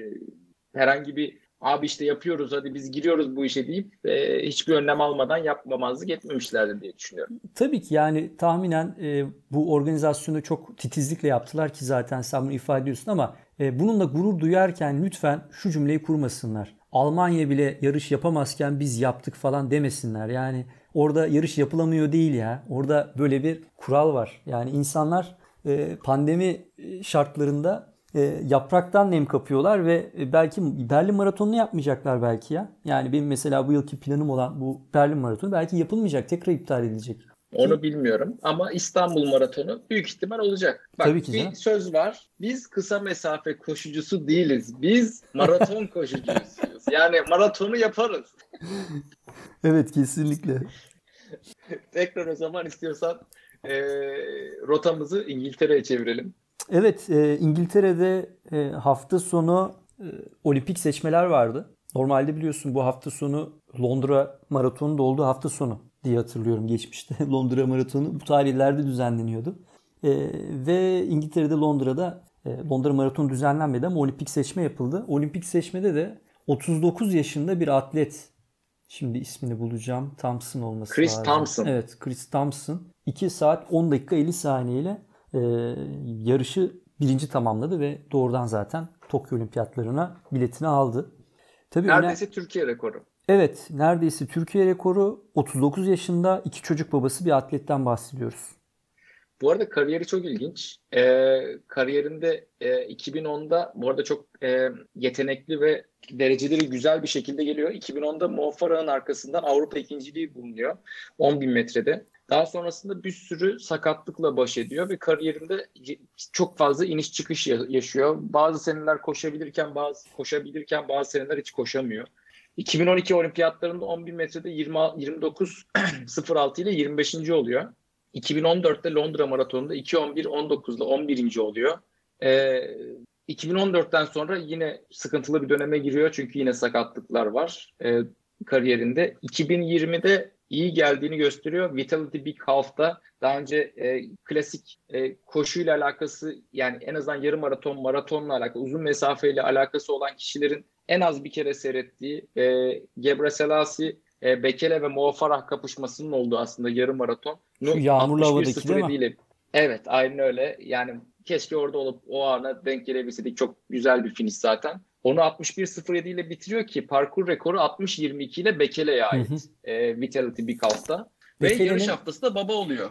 herhangi bir abi işte yapıyoruz hadi biz giriyoruz bu işe deyip e, hiçbir önlem almadan yapmamazlık etmemişlerdir diye düşünüyorum. Tabii ki yani tahminen e, bu organizasyonu çok titizlikle yaptılar ki zaten sen bunu ifade ediyorsun ama e, bununla gurur duyarken lütfen şu cümleyi kurmasınlar. Almanya bile yarış yapamazken biz yaptık falan demesinler. Yani orada yarış yapılamıyor değil ya. Orada böyle bir kural var. Yani insanlar e, pandemi şartlarında e, yapraktan nem kapıyorlar ve belki Berlin Maratonu'nu yapmayacaklar belki ya. Yani benim mesela bu yılki planım olan bu Berlin Maratonu belki yapılmayacak. Tekrar iptal edilecek. Onu bilmiyorum ama İstanbul Maratonu büyük ihtimal olacak. Bak, Tabii ki bir canım. söz var. Biz kısa mesafe koşucusu değiliz. Biz maraton koşucusuyuz. Yani maratonu yaparız. Evet, kesinlikle. Tekrar o zaman istiyorsan e, rotamızı İngiltere'ye çevirelim. Evet, e, İngiltere'de e, hafta sonu e, olimpik seçmeler vardı. Normalde biliyorsun bu hafta sonu Londra Maratonu da olduğu hafta sonu diye hatırlıyorum geçmişte. Londra Maratonu bu tarihlerde düzenleniyordu. E, ve İngiltere'de Londra'da e, Londra Maratonu düzenlenmedi ama olimpik seçme yapıldı. Olimpik seçmede de otuz dokuz yaşında bir atlet, şimdi ismini bulacağım, Thompson olması Chris lazım. Thompson. Evet, Chris Thompson iki saat on dakika elli saniye ile e, yarışı birinci tamamladı ve doğrudan zaten Tokyo Olimpiyatlarına biletini aldı. Tabii Neredeyse öne... Türkiye rekoru. Evet, neredeyse Türkiye rekoru. otuz dokuz yaşında iki çocuk babası bir atletten bahsediyoruz. Bu arada kariyeri çok ilginç. Ee, kariyerinde e, iki bin onda bu arada çok e, yetenekli ve dereceleri güzel bir şekilde geliyor. iki bin onda Mo Farah'ın arkasından Avrupa ikinciliği bulunuyor on bin metrede. Daha sonrasında bir sürü sakatlıkla baş ediyor ve kariyerinde çok fazla iniş çıkış yaşıyor. Bazı seneler koşabilirken bazı koşabilirken bazı seneler hiç koşamıyor. iki bin on iki olimpiyatlarında on bin metrede yirmi dokuz sıfır altı ile yirmi beşinci oluyor. iki bin on dörtte Londra Maratonu'nda iki on bir on dokuzda on birinci oluyor. Ee, iki bin on dörtten sonra yine sıkıntılı bir döneme giriyor çünkü yine sakatlıklar var e, kariyerinde. iki bin yirmide iyi geldiğini gösteriyor. Vitality Big Half'ta daha önce e, klasik e, koşuyla alakası, yani en azından yarım maraton, maratonla alakalı, uzun mesafeyle alakası olan kişilerin en az bir kere seyrettiği e, Gebrselassie, e, Bekele ve Mo Farah kapışmasının olduğu aslında yarım maraton. Şu yağmurlu havadaki değil mi? Ile, evet, aynen öyle. Yani keşke orada olup o ana denk gelebilseydik. Çok güzel bir finish zaten. Onu altmış bir sıfır yedi ile bitiriyor ki parkur rekoru altmış yirmi iki ile Bekele'ye ait. Hı hı. E, Vitality Big Half'ta. Ve Bekele'nin... yarış haftasında baba oluyor.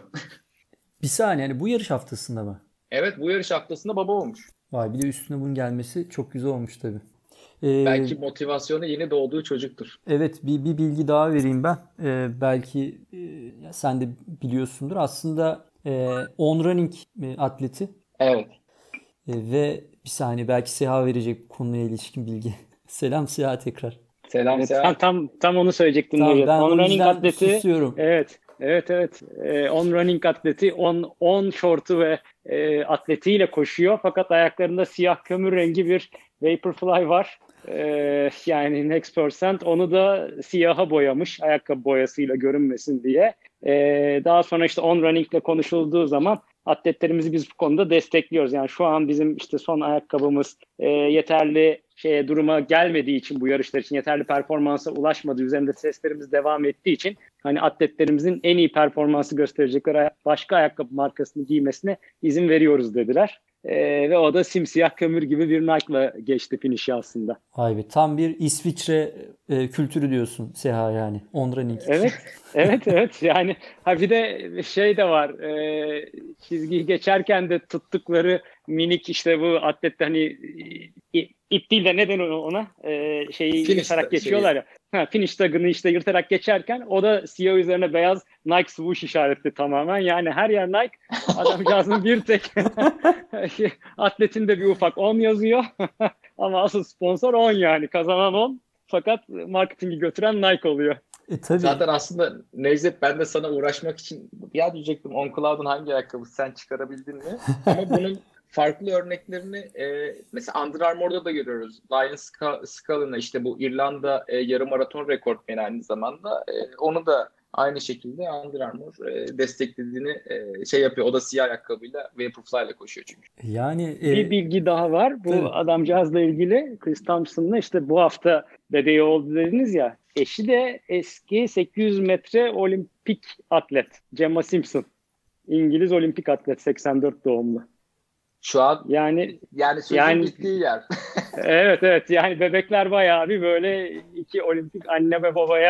Bir saniye, yani bu yarış haftasında mı? Evet, bu yarış haftasında baba olmuş. Vay, bir de üstüne bunun gelmesi çok güzel olmuş tabii. Ee, belki motivasyonu yeni doğduğu çocuktur. Evet, bir, bir bilgi daha vereyim ben. Ee, belki e, sen de biliyorsundur. Aslında e, on running e, atleti. Evet. E, ve bir saniye, belki Seha verecek bu konuya ilişkin bilgi. Selam Seha tekrar. Selam evet, Seha. Tam, tam, tam onu söyleyecektim. Tamam, ben on o running yüzden atleti, susuyorum. Evet. Evet evet. Ee, on running atleti on on short'u ve e, atletiyle koşuyor. Fakat ayaklarında siyah kömür rengi bir Vaporfly var. Ee, yani Next Percent onu da siyaha boyamış ayakkabı boyasıyla görünmesin diye. Ee, daha sonra işte on running ile konuşulduğu zaman atletlerimizi biz bu konuda destekliyoruz. Yani şu an bizim işte son ayakkabımız e, yeterli şeye duruma gelmediği için, bu yarışlar için yeterli performansa ulaşmadığı, üzerinde testlerimiz devam ettiği için hani atletlerimizin en iyi performansı gösterecekleri başka ayakkabı markasını giymesine izin veriyoruz dediler. Ee, ve o da simsiyah kömür gibi bir Nike'la geçti finişi aslında. Vay be, tam bir İsviçre e, kültürü diyorsun Seha yani. On running. Evet, evet, evet. Yani ha bir de şey de var. E, çizgiyi geçerken de tuttukları minik işte bu atlette hani ip değil de neden ona e, şeyi finish yırtarak geçiyorlar şeyi. ya. Ha, finish tagını işte yırtarak geçerken o da siyah üzerine beyaz Nike swoosh işaretli tamamen. Yani her yer Nike. Adamcağızın bir tek atletin de bir ufak on yazıyor. Ama asıl sponsor on, yani kazanan on. Fakat marketingi götüren Nike oluyor. E, tabii. Zaten aslında Nevzat, ben de sana uğraşmak için ya diyecektim, On Cloud'un hangi ayakkabısı sen çıkarabildin mi? Ama bunun farklı örneklerini e, mesela Under Armour'da da görüyoruz. Lion Scully'na, işte bu İrlanda e, yarım maraton rekortmeni aynı zamanda. E, onu da aynı şekilde Under Armour e, desteklediğini e, şey yapıyor. O da siyah ayakkabıyla Vaporfly ile koşuyor çünkü. Yani e, bir bilgi daha var. Bu tabii. adamcağızla ilgili. Chris Thompson'la işte bu hafta bebeği oldu dediniz ya. Eşi de eski sekiz yüz metre olimpik atlet. Gemma Simpson. İngiliz olimpik atlet, seksen dört doğumlu. Şu an yani yani sözün yani, bittiği yer. evet evet, yani bebekler bayağı bir böyle iki olimpik anne ve babaya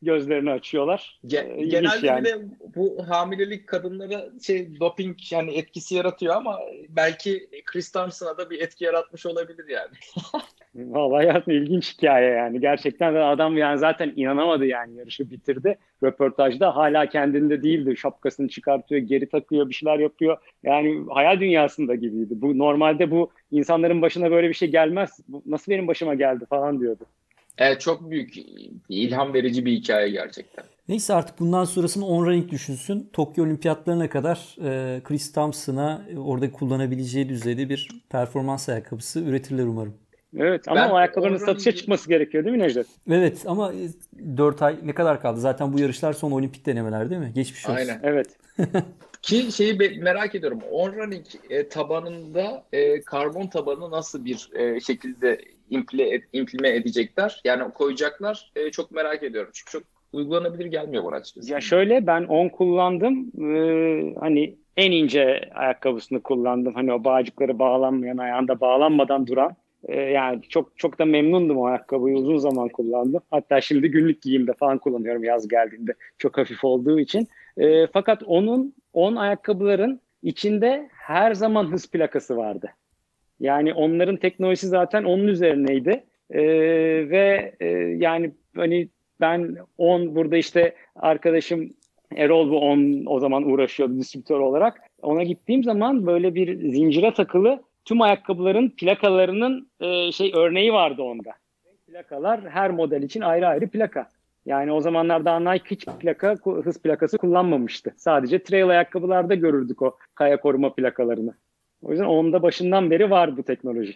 gözlerini açıyorlar. Ge- İlginç Genelde yani. bir de bu hamilelik kadınlara şey doping yani etkisi yaratıyor ama belki Chris Thompson'a da bir etki yaratmış olabilir yani. Vallahi hayatım ilginç hikaye yani. Gerçekten de adam yani zaten inanamadı yani yarışı bitirdi. Röportajda hala kendinde değildi. Şapkasını çıkartıyor, geri takıyor, bir şeyler yapıyor. Yani hayal dünyasında gibiydi. Bu normalde bu insanların başına böyle bir şey gelmez. Bu nasıl benim başıma geldi falan diyordu. Evet, çok büyük ilham verici bir hikaye gerçekten. Neyse artık bundan sonrasını On-Running düşünsün. Tokyo Olimpiyatlarına kadar e, Chris Thompson'a e, orada kullanabileceği düzeyde bir performans ayakkabısı üretirler umarım. Evet ama Ben o ayakkabının On-Running'i- satışa çıkması gerekiyor değil mi Necdet? Evet ama dört ay ne kadar kaldı? Zaten bu yarışlar son olimpik denemeler değil mi? Geçmiş olsun. Aynen. Evet. Ki şeyi be- merak ediyorum. On-Running e, tabanında e, karbon tabanı nasıl bir e, şekilde imple, implime edecekler? Yani koyacaklar. E, çok merak ediyorum. Çünkü çok uygulanabilir gelmiyor bana açıkçası. Ya şöyle ben on kullandım. Ee, hani en ince ayakkabısını kullandım. Hani o bağcıkları bağlanmayan, ayağında bağlanmadan duran. Ee, yani çok çok da memnundum o ayakkabıyı. Uzun zaman kullandım. Hatta şimdi günlük giyimde falan kullanıyorum yaz geldiğinde. Çok hafif olduğu için. Ee, fakat onun on ayakkabıların içinde her zaman hız plakası vardı. Yani onların teknolojisi zaten onun üzerineydi. Ee, ve e, yani hani ben on burada işte arkadaşım Erol bu on o zaman uğraşıyordu distribütör olarak. Ona gittiğim zaman böyle bir zincire takılı tüm ayakkabıların plakalarının e, şey örneği vardı onda. Plakalar her model için ayrı ayrı plaka. Yani o zamanlarda Nike hiç plaka, hız plakası kullanmamıştı. Sadece trail ayakkabılarda görürdük o kaya koruma plakalarını. O yüzden onda başından beri var bu teknoloji.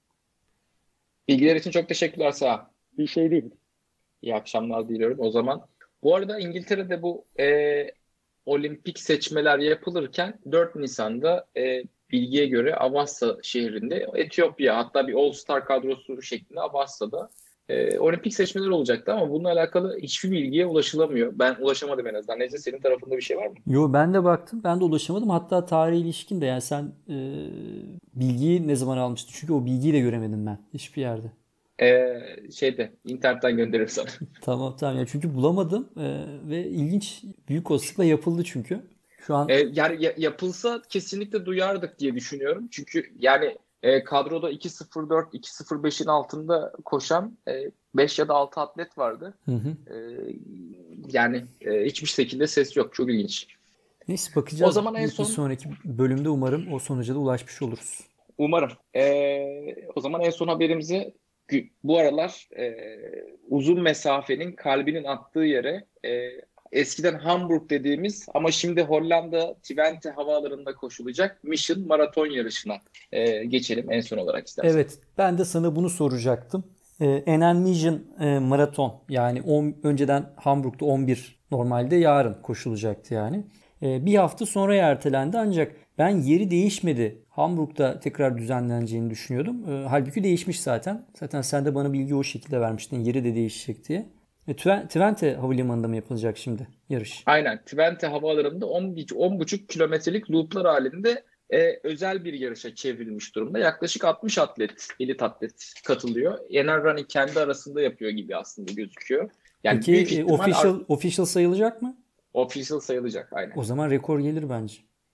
Bilgiler için çok teşekkürler Sağ. Bir şey değil. İyi akşamlar diliyorum o zaman. Bu arada İngiltere'de bu e, olimpik seçmeler yapılırken dört Nisan'da e, bilgiye göre Avassa şehrinde Etiyopya hatta bir All-Star kadrosu şeklinde Avassa'da e, olimpik seçmeler olacaktı ama bununla alakalı hiçbir bilgiye ulaşılamıyor. Ben ulaşamadım en azından. Neyse senin tarafında bir şey var mı? Yo ben de baktım. Ben de ulaşamadım. Hatta tarihe ilişkin de yani sen e, bilgiyi ne zaman almıştın? Çünkü o bilgiyi de göremedim ben hiçbir yerde. E, şeyde internetten gönderirim sana. Tamam tamam. Yani çünkü bulamadım e, ve ilginç büyük olasılıkla yapıldı çünkü. Şu an E, yani ya- yapılsa kesinlikle duyardık diye düşünüyorum. Çünkü yani e, kadroda iki sıfır dört iki sıfır beşin altında koşan e, beş ya da altı atlet vardı. hı hı. E, yani e, hiçbir şekilde ses yok. Çok ilginç. Neyse bakacağız. O zaman en bir, son- bir sonraki bölümde umarım o sonuca da ulaşmış oluruz. Umarım. E, o zaman en son haberimizi gü- bu aralar e, uzun mesafenin kalbinin attığı yere e, eskiden Hamburg dediğimiz ama şimdi Hollanda Twente havaalanında koşulacak Mission maraton yarışına e, geçelim en son olarak istersen. Evet, ben de sana bunu soracaktım. Ee, N N Mission e, maraton yani on, önceden Hamburg'da on bir normalde yarın koşulacaktı yani. Ee, bir hafta sonra ertelendi ancak ben yeri değişmedi. Hamburg'da tekrar düzenleneceğini düşünüyordum. Ee, halbuki değişmiş zaten. Zaten sen de bana bilgi o şekilde vermiştin. Yeri de değişecek diye. E, Twen- Twente Havalimanı'nda mı yapılacak şimdi yarış? Aynen. Twente havaalanında on buçuk kilometrelik looplar halinde e, özel bir yarışa çevrilmiş durumda. Yaklaşık altmış atlet, elit atlet katılıyor. N R Running kendi arasında yapıyor gibi aslında gözüküyor. Yani Peki büyük e, ihtimal official, official sayılacak mı? official sayılacak. Aynen. O zaman rekor gelir bence.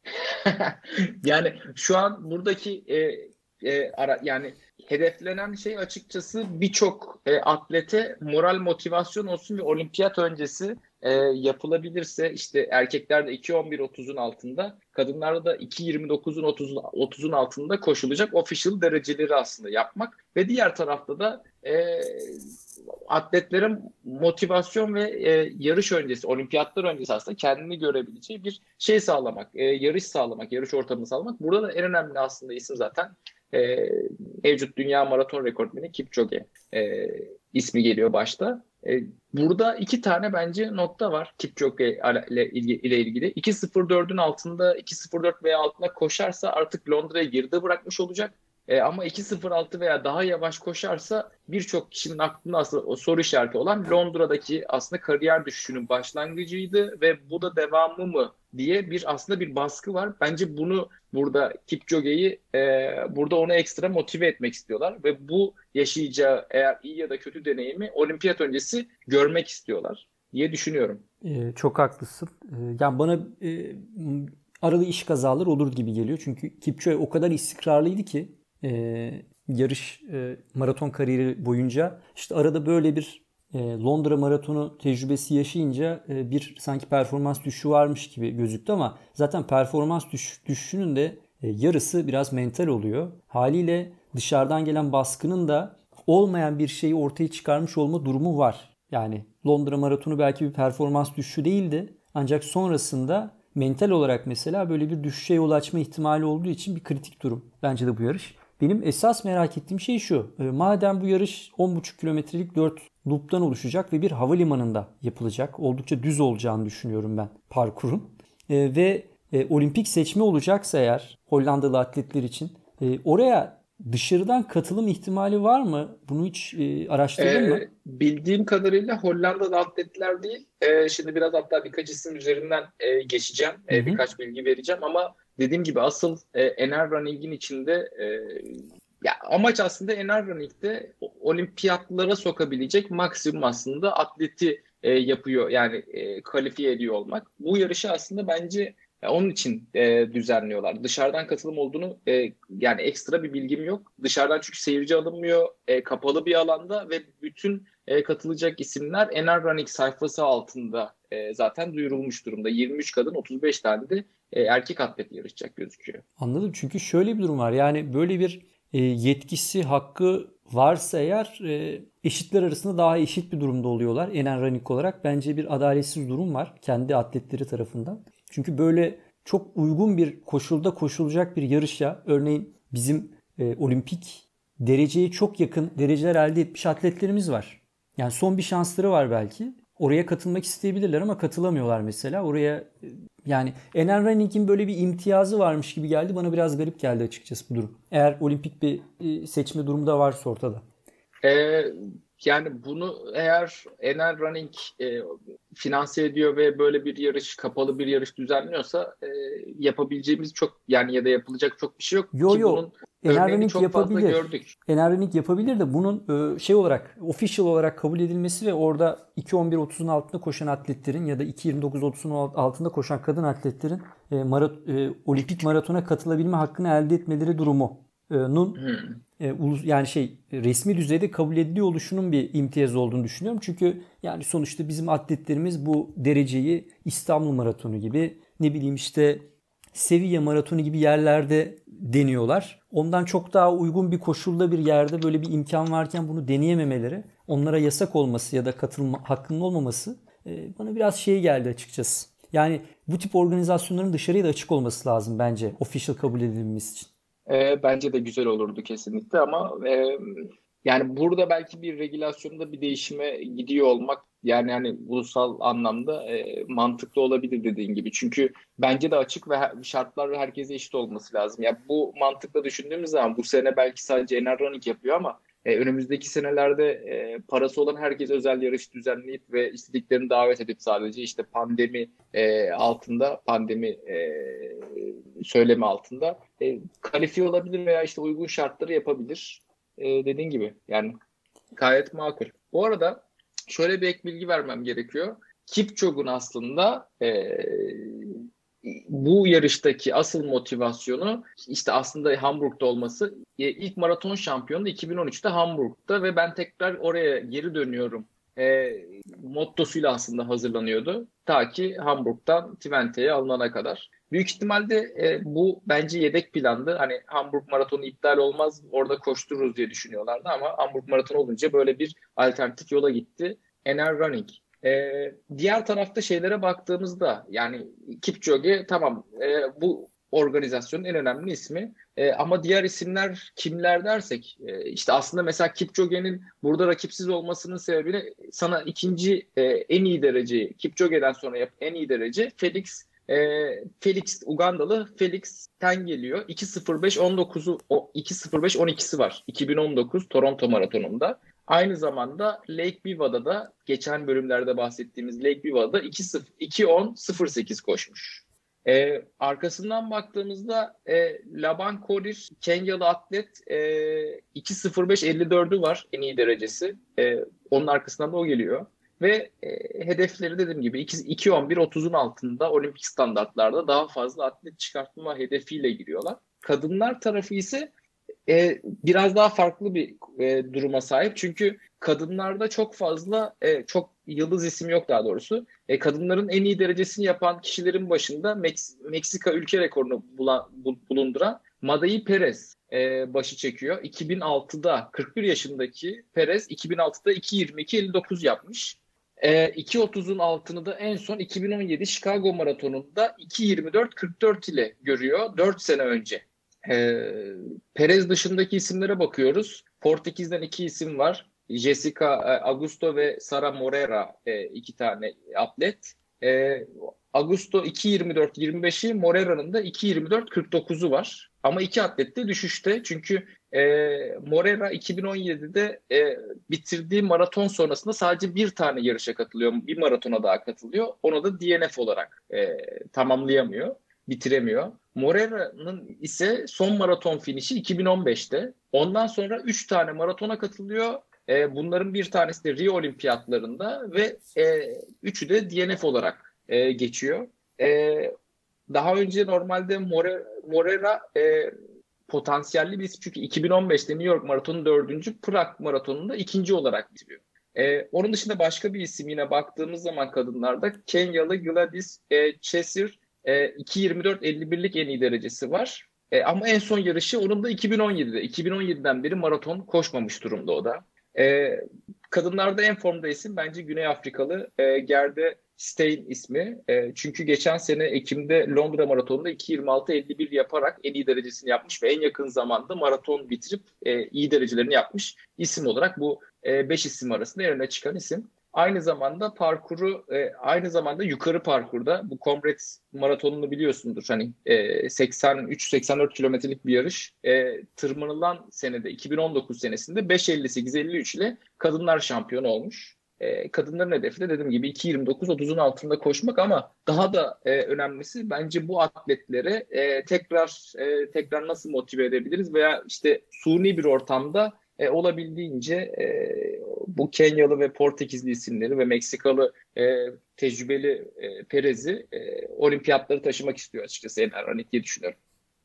Yani şu an buradaki e, e, ara, yani hedeflenen şey açıkçası birçok e, atlete moral motivasyon olsun ve olimpiyat öncesi e, yapılabilirse işte erkeklerde iki on bir otuzun altında, kadınlarda da iki yirmi dokuzun otuzun altında koşulacak official dereceleri aslında yapmak ve diğer tarafta da e, atletlerin motivasyon ve e, yarış öncesi, olimpiyatlar öncesi aslında kendini görebileceği bir şey sağlamak, e, yarış sağlamak, yarış ortamını sağlamak. Burada da en önemli aslında isim zaten e, mevcut dünya maraton rekortmeni Kipchoge e, ismi geliyor başta. E, burada iki tane bence nokta var Kipchoge ile, ile ilgili. iki sıfır dördün altında, iki sıfır dört veya altında koşarsa artık Londra'ya geride bırakmış olacak. E, ama iki sıfır altı veya daha yavaş koşarsa birçok kişinin aklında aslında o soru işareti olan Londra'daki aslında kariyer düşüşünün başlangıcıydı ve bu da devamı mı diye bir aslında bir baskı var. Bence bunu burada Kipchoge'yi e, burada onu ekstra motive etmek istiyorlar ve bu yaşayacağı eğer iyi ya da kötü deneyimi olimpiyat öncesi görmek istiyorlar. diye düşünüyorum. Ee, çok haklısın. Ee, yani bana e, aralı iş kazaları olur gibi geliyor. Çünkü Kipchoge o kadar istikrarlıydı ki e, yarış e, maraton kariyeri boyunca işte arada böyle bir e, Londra maratonu tecrübesi yaşayınca e, bir sanki performans düşüşü varmış gibi gözüktü ama zaten performans düş, düşüşünün de e, yarısı biraz mental oluyor. Haliyle dışarıdan gelen baskının da olmayan bir şeyi ortaya çıkarmış olma durumu var. Yani Londra maratonu belki bir performans düşüşü değildi. Ancak sonrasında mental olarak mesela böyle bir düşüşe yol açma ihtimali olduğu için bir kritik durum. Bence de bu yarış. Benim esas merak ettiğim şey şu. Madem bu yarış on buçuk kilometrelik dört loop'tan oluşacak ve bir havalimanında yapılacak. Oldukça düz olacağını düşünüyorum ben parkurun. Ve olimpik seçme olacaksa eğer Hollandalı atletler için oraya dışarıdan katılım ihtimali var mı? Bunu hiç e, araştırdın Ee, mı? bildiğim kadarıyla Hollanda'da atletler değil. Ee, şimdi biraz hatta birkaç isim üzerinden e, geçeceğim. Hı E, hı. birkaç bilgi vereceğim ama dediğim gibi asıl e, N R Running'in içinde e, ya amaç aslında N R Running'de olimpiyatlara sokabilecek maksimum aslında atleti e, yapıyor. Yani e, kalifiye ediyor olmak. Bu yarışı aslında bence e, onun için e, düzenliyorlar. Dışarıdan katılım olduğunu e, yani ekstra bir bilgim yok. Dışarıdan çünkü seyirci alınmıyor. E, kapalı bir alanda ve bütün e, katılacak isimler N R Running sayfası altında e, zaten duyurulmuş durumda. yirmi üç kadın, otuz beş tane de e, erkek atlet yarışacak gözüküyor. Anladım. Çünkü şöyle bir durum var. Yani böyle bir e, yetkisi, hakkı varsa eğer e, eşitler arasında daha eşit bir durumda oluyorlar. N R Running olarak bence bir adaletsiz durum var kendi atletleri tarafından. Çünkü böyle çok uygun bir koşulda koşulacak bir yarışa örneğin bizim e, olimpik dereceye çok yakın dereceler elde etmiş atletlerimiz var. Yani son bir şansları var belki. Oraya katılmak isteyebilirler ama katılamıyorlar mesela. Oraya e, yani N R Running'in böyle bir imtiyazı varmış gibi geldi. Bana biraz garip geldi açıkçası bu durum. Eğer olimpik bir e, seçme durumu da varsa ortada. Ee, yani bunu eğer N R Running e, finanse ediyor ve böyle bir yarış, kapalı bir yarış düzenliyorsa e, yapabileceğimiz çok yani ya da yapılacak çok bir şey yok Yo ki yo. bunun N R örneğini Running çok fazla yapabilir. gördük. N R Running yapabilir de bunun e, şey olarak official olarak kabul edilmesi ve orada iki on bir otuzun altında koşan atletlerin ya da iki yirmi dokuz otuzun altında koşan kadın atletlerin e, marat, e, olimpik maratona katılabilme hakkını elde etmeleri durumunun Hmm. e, ulus yani şey resmi düzeyde kabul ediliyor oluşunun bir imtiyaz olduğunu düşünüyorum. Çünkü yani sonuçta bizim atletlerimiz bu dereceyi İstanbul Maratonu gibi ne bileyim işte Sevilla Maratonu gibi yerlerde deniyorlar. Ondan çok daha uygun bir koşulda bir yerde böyle bir imkan varken bunu deneyememeleri, onlara yasak olması ya da katılma hakkının olmaması e, bana biraz şey geldi açıkçası. Yani bu tip organizasyonların dışarıya da açık olması lazım bence official kabul edilmesi için. E, bence de güzel olurdu kesinlikle ama e, yani burada belki bir regülasyonda bir değişime gidiyor olmak yani hani ulusal anlamda e, mantıklı olabilir dediğin gibi. Çünkü bence de açık ve her- şartlar herkese eşit olması lazım. Ya bu mantıkla düşündüğümüz zaman bu sene belki sadece N R Running yapıyor ama e, önümüzdeki senelerde e, parası olan herkes özel yarış düzenleyip ve istediklerini davet edip sadece işte pandemi e, altında pandemi e, söylemi altında e, kalifiye olabilir veya işte uygun şartları yapabilir. E, dediğin gibi yani gayet makul. Bu arada şöyle bir ek bilgi vermem gerekiyor. Kipchoge'un aslında e, bu yarıştaki asıl motivasyonu işte aslında Hamburg'da olması. E, ilk maraton şampiyonu iki bin on üçte Hamburg'da ve ben tekrar oraya geri dönüyorum e, mottosuyla aslında hazırlanıyordu. Ta ki Hamburg'dan Twente'ye alınana kadar. Büyük ihtimalle e, bu bence yedek plandı. Hani Hamburg maratonu iptal olmaz orada koştururuz diye düşünüyorlardı ama Hamburg maratonu olunca böyle bir alternatif yola gitti. N R Running. Ee, diğer tarafta şeylere baktığımızda yani Kipchoge tamam e, bu organizasyonun en önemli ismi E, ama diğer isimler kimler dersek e, işte aslında mesela Kipchoge'nin burada rakipsiz olmasının sebebini sana ikinci e, en iyi dereceyi Kipchoge'den sonra yap en iyi derece Felix e, Felix Ugandalı Felix'ten geliyor. iki sıfır beş on dokuzu o iki sıfır beş on ikisi var. iki bin on dokuz Toronto Maratonu'nda. Aynı zamanda Lake Biva'da da geçen bölümlerde bahsettiğimiz Lake Biva'da iki on sıfır sekiz koşmuş. Ee, arkasından baktığımızda e, Laban Korir Kenyalı atlet e, iki sıfır beş elli dördü var en iyi derecesi. E, onun arkasından da o geliyor. ve e, hedefleri dediğim gibi iki on bir otuzun altında olimpik standartlarda daha fazla atlet çıkartma hedefiyle giriyorlar. Kadınlar tarafı ise e, biraz daha farklı bir e, duruma sahip. Çünkü kadınlarda çok fazla, e, çok yıldız isim yok daha doğrusu. E, kadınların en iyi derecesini yapan kişilerin başında Meks- Meksika ülke rekorunu bulan, bu, bulunduran Madayi Perez e, başı çekiyor. iki bin altıda kırk bir yaşındaki Perez iki bin altıda iki yirmi iki elli dokuz yapmış. E, iki otuzun altını da en son iki bin on yedi Chicago Maratonu'nda iki yirmi dört kırk dört ile görüyor dört sene önce. E, Perez dışındaki isimlere bakıyoruz. Portekiz'den iki isim var. Jessica Augusto ve Sara Morera e, iki tane atlet. E, Augusto iki yirmi dört yirmi beşi, Morera'nın da iki yirmi dört kırk dokuzu var. Ama iki atlet de düşüşte. Çünkü e, Morera iki bin on yedide e, bitirdiği maraton sonrasında sadece bir tane yarışa katılıyor. Bir maratona daha katılıyor. Onu da D N F olarak e, tamamlayamıyor, bitiremiyor. Morera'nın ise son maraton finişi iki bin on beşte. Ondan sonra üç tane maratona katılıyor. E, bunların bir tanesi de Rio Olimpiyatlarında ve e, üçü de D N F olarak e, geçiyor. E, daha önce normalde More, Morera e, potansiyelli bir isim. Çünkü iki bin on beşte New York Maratonu dördüncü, Prag Maratonu'nda ikinci olarak bitiriyor. E, onun dışında başka bir isim yine baktığımız zaman kadınlarda Kenyalı Gladys e, Chesir e, iki yirmi dört elli birlik en iyi derecesi var. E, ama en son yarışı onun da iki bin on yedide. iki bin on yediden beri maraton koşmamış durumda o da. E, kadınlarda en formda isim bence Güney Afrikalı e, Gerde Steyn ismi. E, çünkü geçen sene Ekim'de Londra Maratonu'nda iki yirmi altı elli bir yaparak en iyi derecesini yapmış ve en yakın zamanda maraton bitirip e, iyi derecelerini yapmış isim olarak bu beş e, isim arasında en öne çıkan isim. Aynı zamanda parkuru, e, aynı zamanda yukarı parkurda bu Comrades Maratonu'nu biliyorsundur. Hani e, seksen üç seksen dört kilometrelik bir yarış. E, tırmanılan senede iki bin on dokuz senesinde beş elli sekiz elli üç ile kadınlar şampiyonu olmuş. E, kadınların hedefi de dediğim gibi iki yirmi dokuz otuzun altında koşmak ama daha da e, önemlisi bence bu atletlere e, tekrar e, tekrar nasıl motive edebiliriz veya işte suni bir ortamda e, olabildiğince e, bu Kenyalı ve Portekizli isimleri ve Meksikalı e, tecrübeli e, Perez'i e, olimpiyatları taşımak istiyor açıkçası Ener Hanik diye düşünüyorum.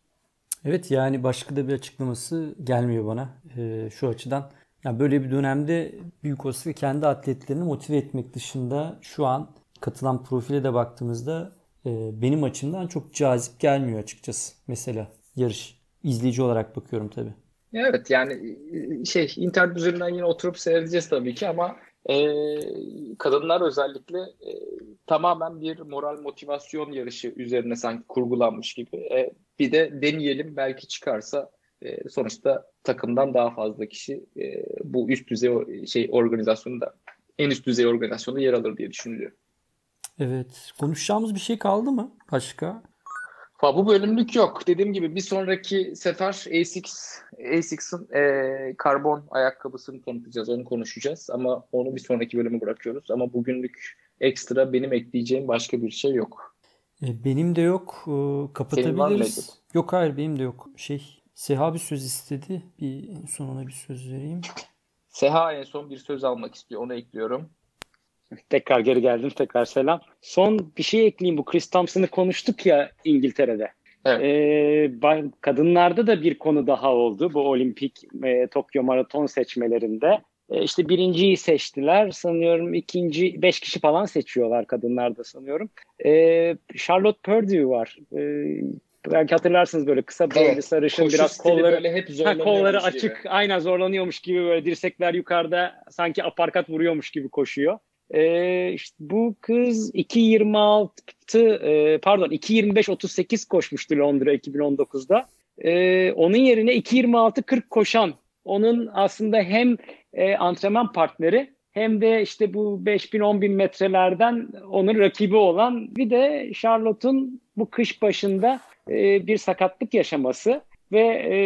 Evet, yani başka da bir açıklaması gelmiyor bana e, şu açıdan. Yani böyle bir dönemde büyük olasılıkla kendi atletlerini motive etmek dışında şu an katılan profile de baktığımızda e, benim açımdan çok cazip gelmiyor açıkçası. Mesela yarış. İzleyici olarak bakıyorum tabii. Evet, yani şey internet üzerinden yine oturup seyredeceğiz tabii ki ama e, kadınlar özellikle e, tamamen bir moral motivasyon yarışı üzerine sanki kurgulanmış gibi. E, bir de deneyelim, belki çıkarsa e, sonuçta takımdan daha fazla kişi e, bu üst düzey şey organizasyonda en üst düzey organizasyonda yer alır diye düşünüyorum. Evet. Konuşacağımız bir şey kaldı mı başka? Ha, bu bölümlük yok. Dediğim gibi bir sonraki sefer Asics, Asics'in e, karbon ayakkabısını tanıtacağız. Onu konuşacağız. Ama onu bir sonraki bölüme bırakıyoruz. Ama bugünlük ekstra benim ekleyeceğim başka bir şey yok. E, benim de yok. E, Senin var mı Necdet? kapatabiliriz. Yok, hayır, benim de yok. Şey, Seha bir söz istedi. Bir en son ona bir söz vereyim. Seha en son bir söz almak istiyor. Onu ekliyorum. Tekrar geri geldim. Tekrar selam. Son bir şey ekleyeyim. Bu Chris Thompson'ı konuştuk ya İngiltere'de. Evet. Ee, kadınlarda da bir konu daha oldu. Bu olimpik e, Tokyo Maraton seçmelerinde. E, işte birinciyi seçtiler. Sanıyorum ikinci, beş kişi falan seçiyorlar kadınlarda sanıyorum. E, Charlotte Purdue var. E, belki hatırlarsınız, böyle kısa boylu, Evet. sarışın, Koşu biraz stili kolları böyle hep ha, zorlanıyormuş kolları gibi. açık, aynen zorlanıyormuş gibi, böyle dirsekler yukarıda, sanki aparkat vuruyormuş gibi koşuyor. Ee, işte bu kız iki yirmi altı e, pardon iki yirmi beş otuz sekiz koşmuştu Londra iki bin on dokuzda. Ee, onun yerine iki yirmi altı kırk koşan, onun aslında hem e, antrenman partneri hem de işte bu beş bin on bin metrelerden onun rakibi olan, bir de Charlotte'un bu kış başında e, bir sakatlık yaşaması ve e,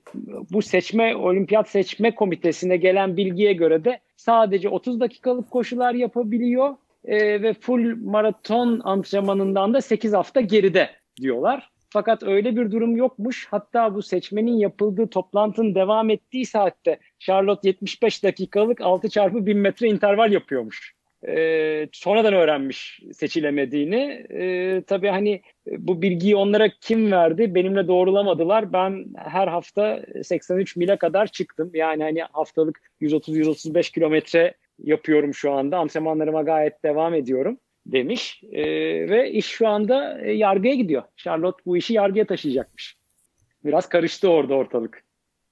bu seçme olimpiyat seçme komitesine gelen bilgiye göre de sadece otuz dakikalık koşular yapabiliyor e, ve full maraton antrenmanından da sekiz hafta geride diyorlar. Fakat öyle bir durum yokmuş. Hatta bu seçmenin yapıldığı toplantının devam ettiği saatte Charlotte yetmiş beş dakikalık altı çarpı bin metre interval yapıyormuş. e, sonradan öğrenmiş seçilemediğini. E, tabii hani bu bilgiyi onlara kim verdi? Benimle doğrulamadılar. Ben her hafta seksen üç mile kadar çıktım. Yani hani haftalık yüz otuz yüz otuz beş kilometre yapıyorum şu anda. Antrenmanlarıma gayet devam ediyorum demiş. E, ve iş şu anda e, yargıya gidiyor. Charlotte bu işi yargıya taşıyacakmış. Biraz karıştı orada ortalık.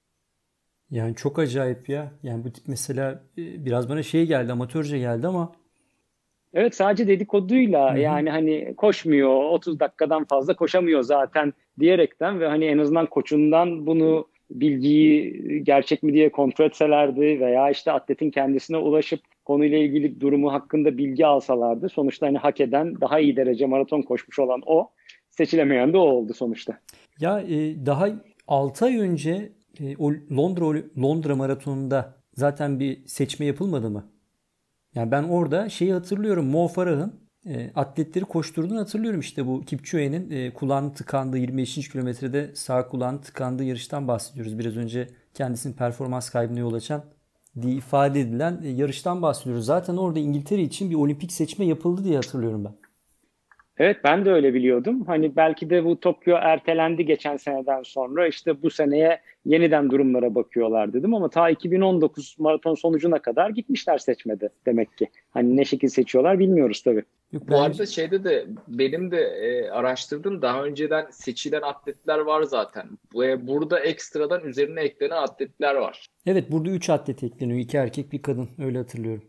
Yani çok acayip ya. Yani bu tip mesela e, biraz bana şey geldi, amatörce geldi ama Evet, sadece dedikoduyla hı hı. yani hani koşmuyor, otuz dakikadan fazla koşamıyor zaten diyerekten ve hani en azından koçundan bunu bilgiyi gerçek mi diye kontrol etselerdi veya işte atletin kendisine ulaşıp konuyla ilgili durumu hakkında bilgi alsalardı. Sonuçta hani hak eden, daha iyi derece maraton koşmuş olan o, seçilemeyen de o oldu sonuçta. Ya e, daha altı ay önce e, o Londra Londra maratonunda zaten bir seçme yapılmadı mı? Yani ben orada şeyi hatırlıyorum. Mo Farah'ın e, atletleri koşturduğunu hatırlıyorum. İşte bu Kipchoge'nin e, kulağının tıkandığı yirmi beşinci kilometrede sağ kulağının tıkandığı yarıştan bahsediyoruz. Biraz önce kendisinin performans kaybına yol açan diye ifade edilen e, yarıştan bahsediyoruz. Zaten orada İngiltere için bir olimpik seçme yapıldı diye hatırlıyorum ben. Evet, ben de öyle biliyordum. Hani belki de bu Tokyo ertelendi geçen seneden sonra, işte bu seneye yeniden durumlara bakıyorlar dedim ama ta iki bin on dokuz maraton sonucuna kadar gitmişler seçmede demek ki. Hani ne şekilde seçiyorlar bilmiyoruz tabii. Yok, Bu bence... arada şeyde de benim de e, araştırdığım daha önceden seçilen atletler var zaten. Ve burada ekstradan üzerine eklenen atletler var. Evet, burada üç atlet ekleniyor. İki erkek bir kadın. Öyle hatırlıyorum.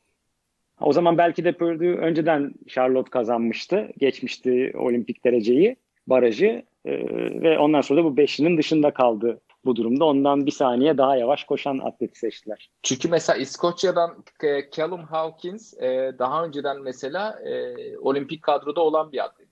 O zaman belki de Purdue önceden Charlotte kazanmıştı. Geçmişti olimpik dereceyi, barajı e, ve ondan sonra da bu beşinin dışında kaldı bu durumda. Ondan bir saniye daha yavaş koşan atleti seçtiler. Çünkü mesela İskoçya'dan e, Callum Hawkins e, daha önceden mesela e, olimpik kadroda olan bir atlet.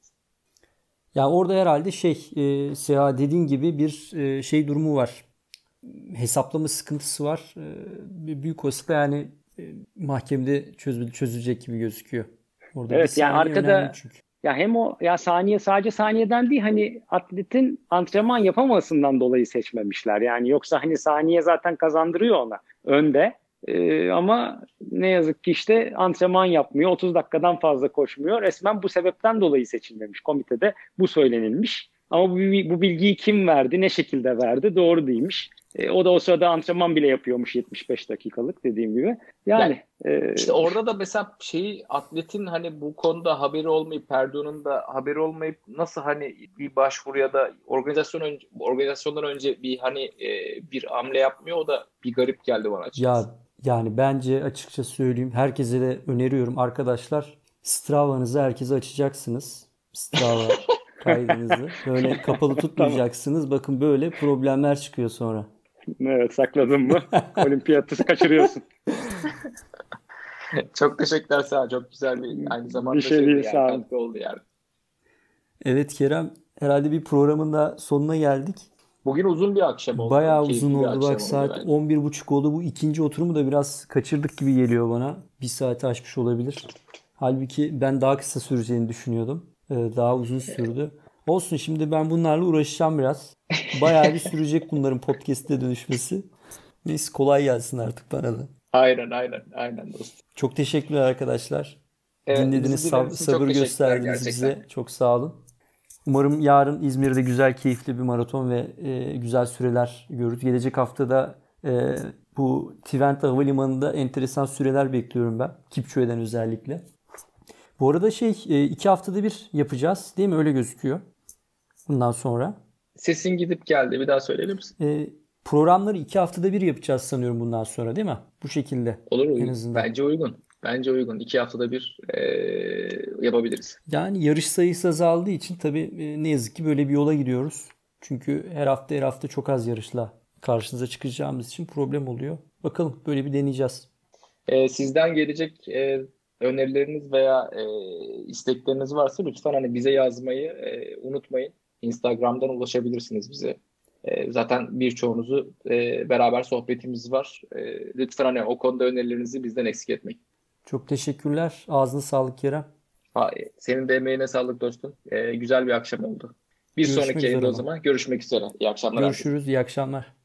Ya orada herhalde şey e, Seha dediğin gibi bir e, şey durumu var. Hesaplama sıkıntısı var. E, büyük olasılıkla yani e, mahkemede çözül, çözülecek gibi gözüküyor. Orada Evet, bir yani saniye önemli arkada çünkü. ya hem o ya saniye sadece saniyeden değil, hani atletin antrenman yapamasından dolayı seçmemişler. Yani yoksa hani saniye zaten kazandırıyor ona önde. Ee, ama ne yazık ki işte antrenman yapmıyor. otuz dakikadan fazla koşmuyor. Resmen bu sebepten dolayı seçilmemiş. Komitede bu söylenilmiş. Ama bu, bu bilgiyi kim verdi, ne şekilde verdi doğru değilmiş. E, o da o sırada antrenman bile yapıyormuş yetmiş beş dakikalık dediğim gibi. Yani, yani e, işte orada da mesela şeyi atletin hani bu konuda haberi olmayıp Perdue'nun da haberi olmayıp nasıl hani bir başvuru ya da organizasyon önce, organizasyondan önce bir hani e, bir hamle yapmıyor, o da bir garip geldi bana açıkçası. Ya yani bence açıkça söyleyeyim, herkese de öneriyorum arkadaşlar, Strava'nızı herkese açacaksınız. Strava kaydınızı. Böyle kapalı tamam. tutmayacaksınız. Bakın böyle problemler çıkıyor sonra. Evet, sakladın mı? Olimpiyatı kaçırıyorsun. Çok teşekkürler Seha. Çok güzel bir aynı zamanda Bir şey şeydi değil, yani, sağ ol. katkı oldu yani. Evet Kerem, herhalde bir programın da sonuna geldik. Bugün uzun bir akşam oldu. Bayağı Keyifli uzun bir oldu. akşam Bak oldu saat bence. on bir buçuk oldu. Bu ikinci oturumu da biraz kaçırdık gibi geliyor bana. Bir saati aşmış olabilir. Halbuki ben daha kısa süreceğini düşünüyordum. Ee, Daha uzun sürdü. Olsun, şimdi ben bunlarla uğraşacağım biraz. Bayağı bir sürecek bunların podcast'e dönüşmesi. Neyse, kolay gelsin artık bana da. Aynen aynen aynen dostum. Çok teşekkürler arkadaşlar. Evet, Dinlediniz, bizi dinlediğiniz sab- için çok sabır teşekkürler gösterdiniz gerçekten. bize. Çok sağ olun. Umarım yarın İzmir'de güzel, keyifli bir maraton ve e, güzel süreler görürüz. Gelecek haftada e, bu Twente Havalimanı'nda enteresan süreler bekliyorum ben. Kipchoge'den özellikle. Bu arada şey e, iki haftada bir yapacağız değil mi? Öyle gözüküyor. Bundan sonra. Sesin gidip geldi. Bir daha söyleyebilir misin? E, Programları iki haftada bir yapacağız sanıyorum bundan sonra, değil mi? Bu şekilde Olur, en uygun. azından. Bence uygun. Bence uygun. İki haftada bir eee, yapabiliriz. Yani yarış sayısı azaldığı için tabii e, ne yazık ki böyle bir yola giriyoruz. Çünkü her hafta her hafta çok az yarışla karşınıza çıkacağımız için problem oluyor. Bakalım, böyle bir deneyeceğiz. Eee, sizden gelecek eee, önerileriniz veya eee, istekleriniz varsa lütfen hani bize yazmayı eee, unutmayın. Instagram'dan ulaşabilirsiniz bize. Eee, zaten birçoğunuzu eee, beraber sohbetimiz var. Eee, lütfen hani o konuda önerilerinizi bizden eksik etmeyin. Çok teşekkürler. Ağzına sağlık Kerem. Ha, senin de emeğine sağlık dostum. Eee, güzel bir akşam oldu. Bir Görüşmek sonraki üzere yayında o ama. zaman görüşmek üzere. İyi akşamlar herkese. Görüşürüz. İyi akşamlar.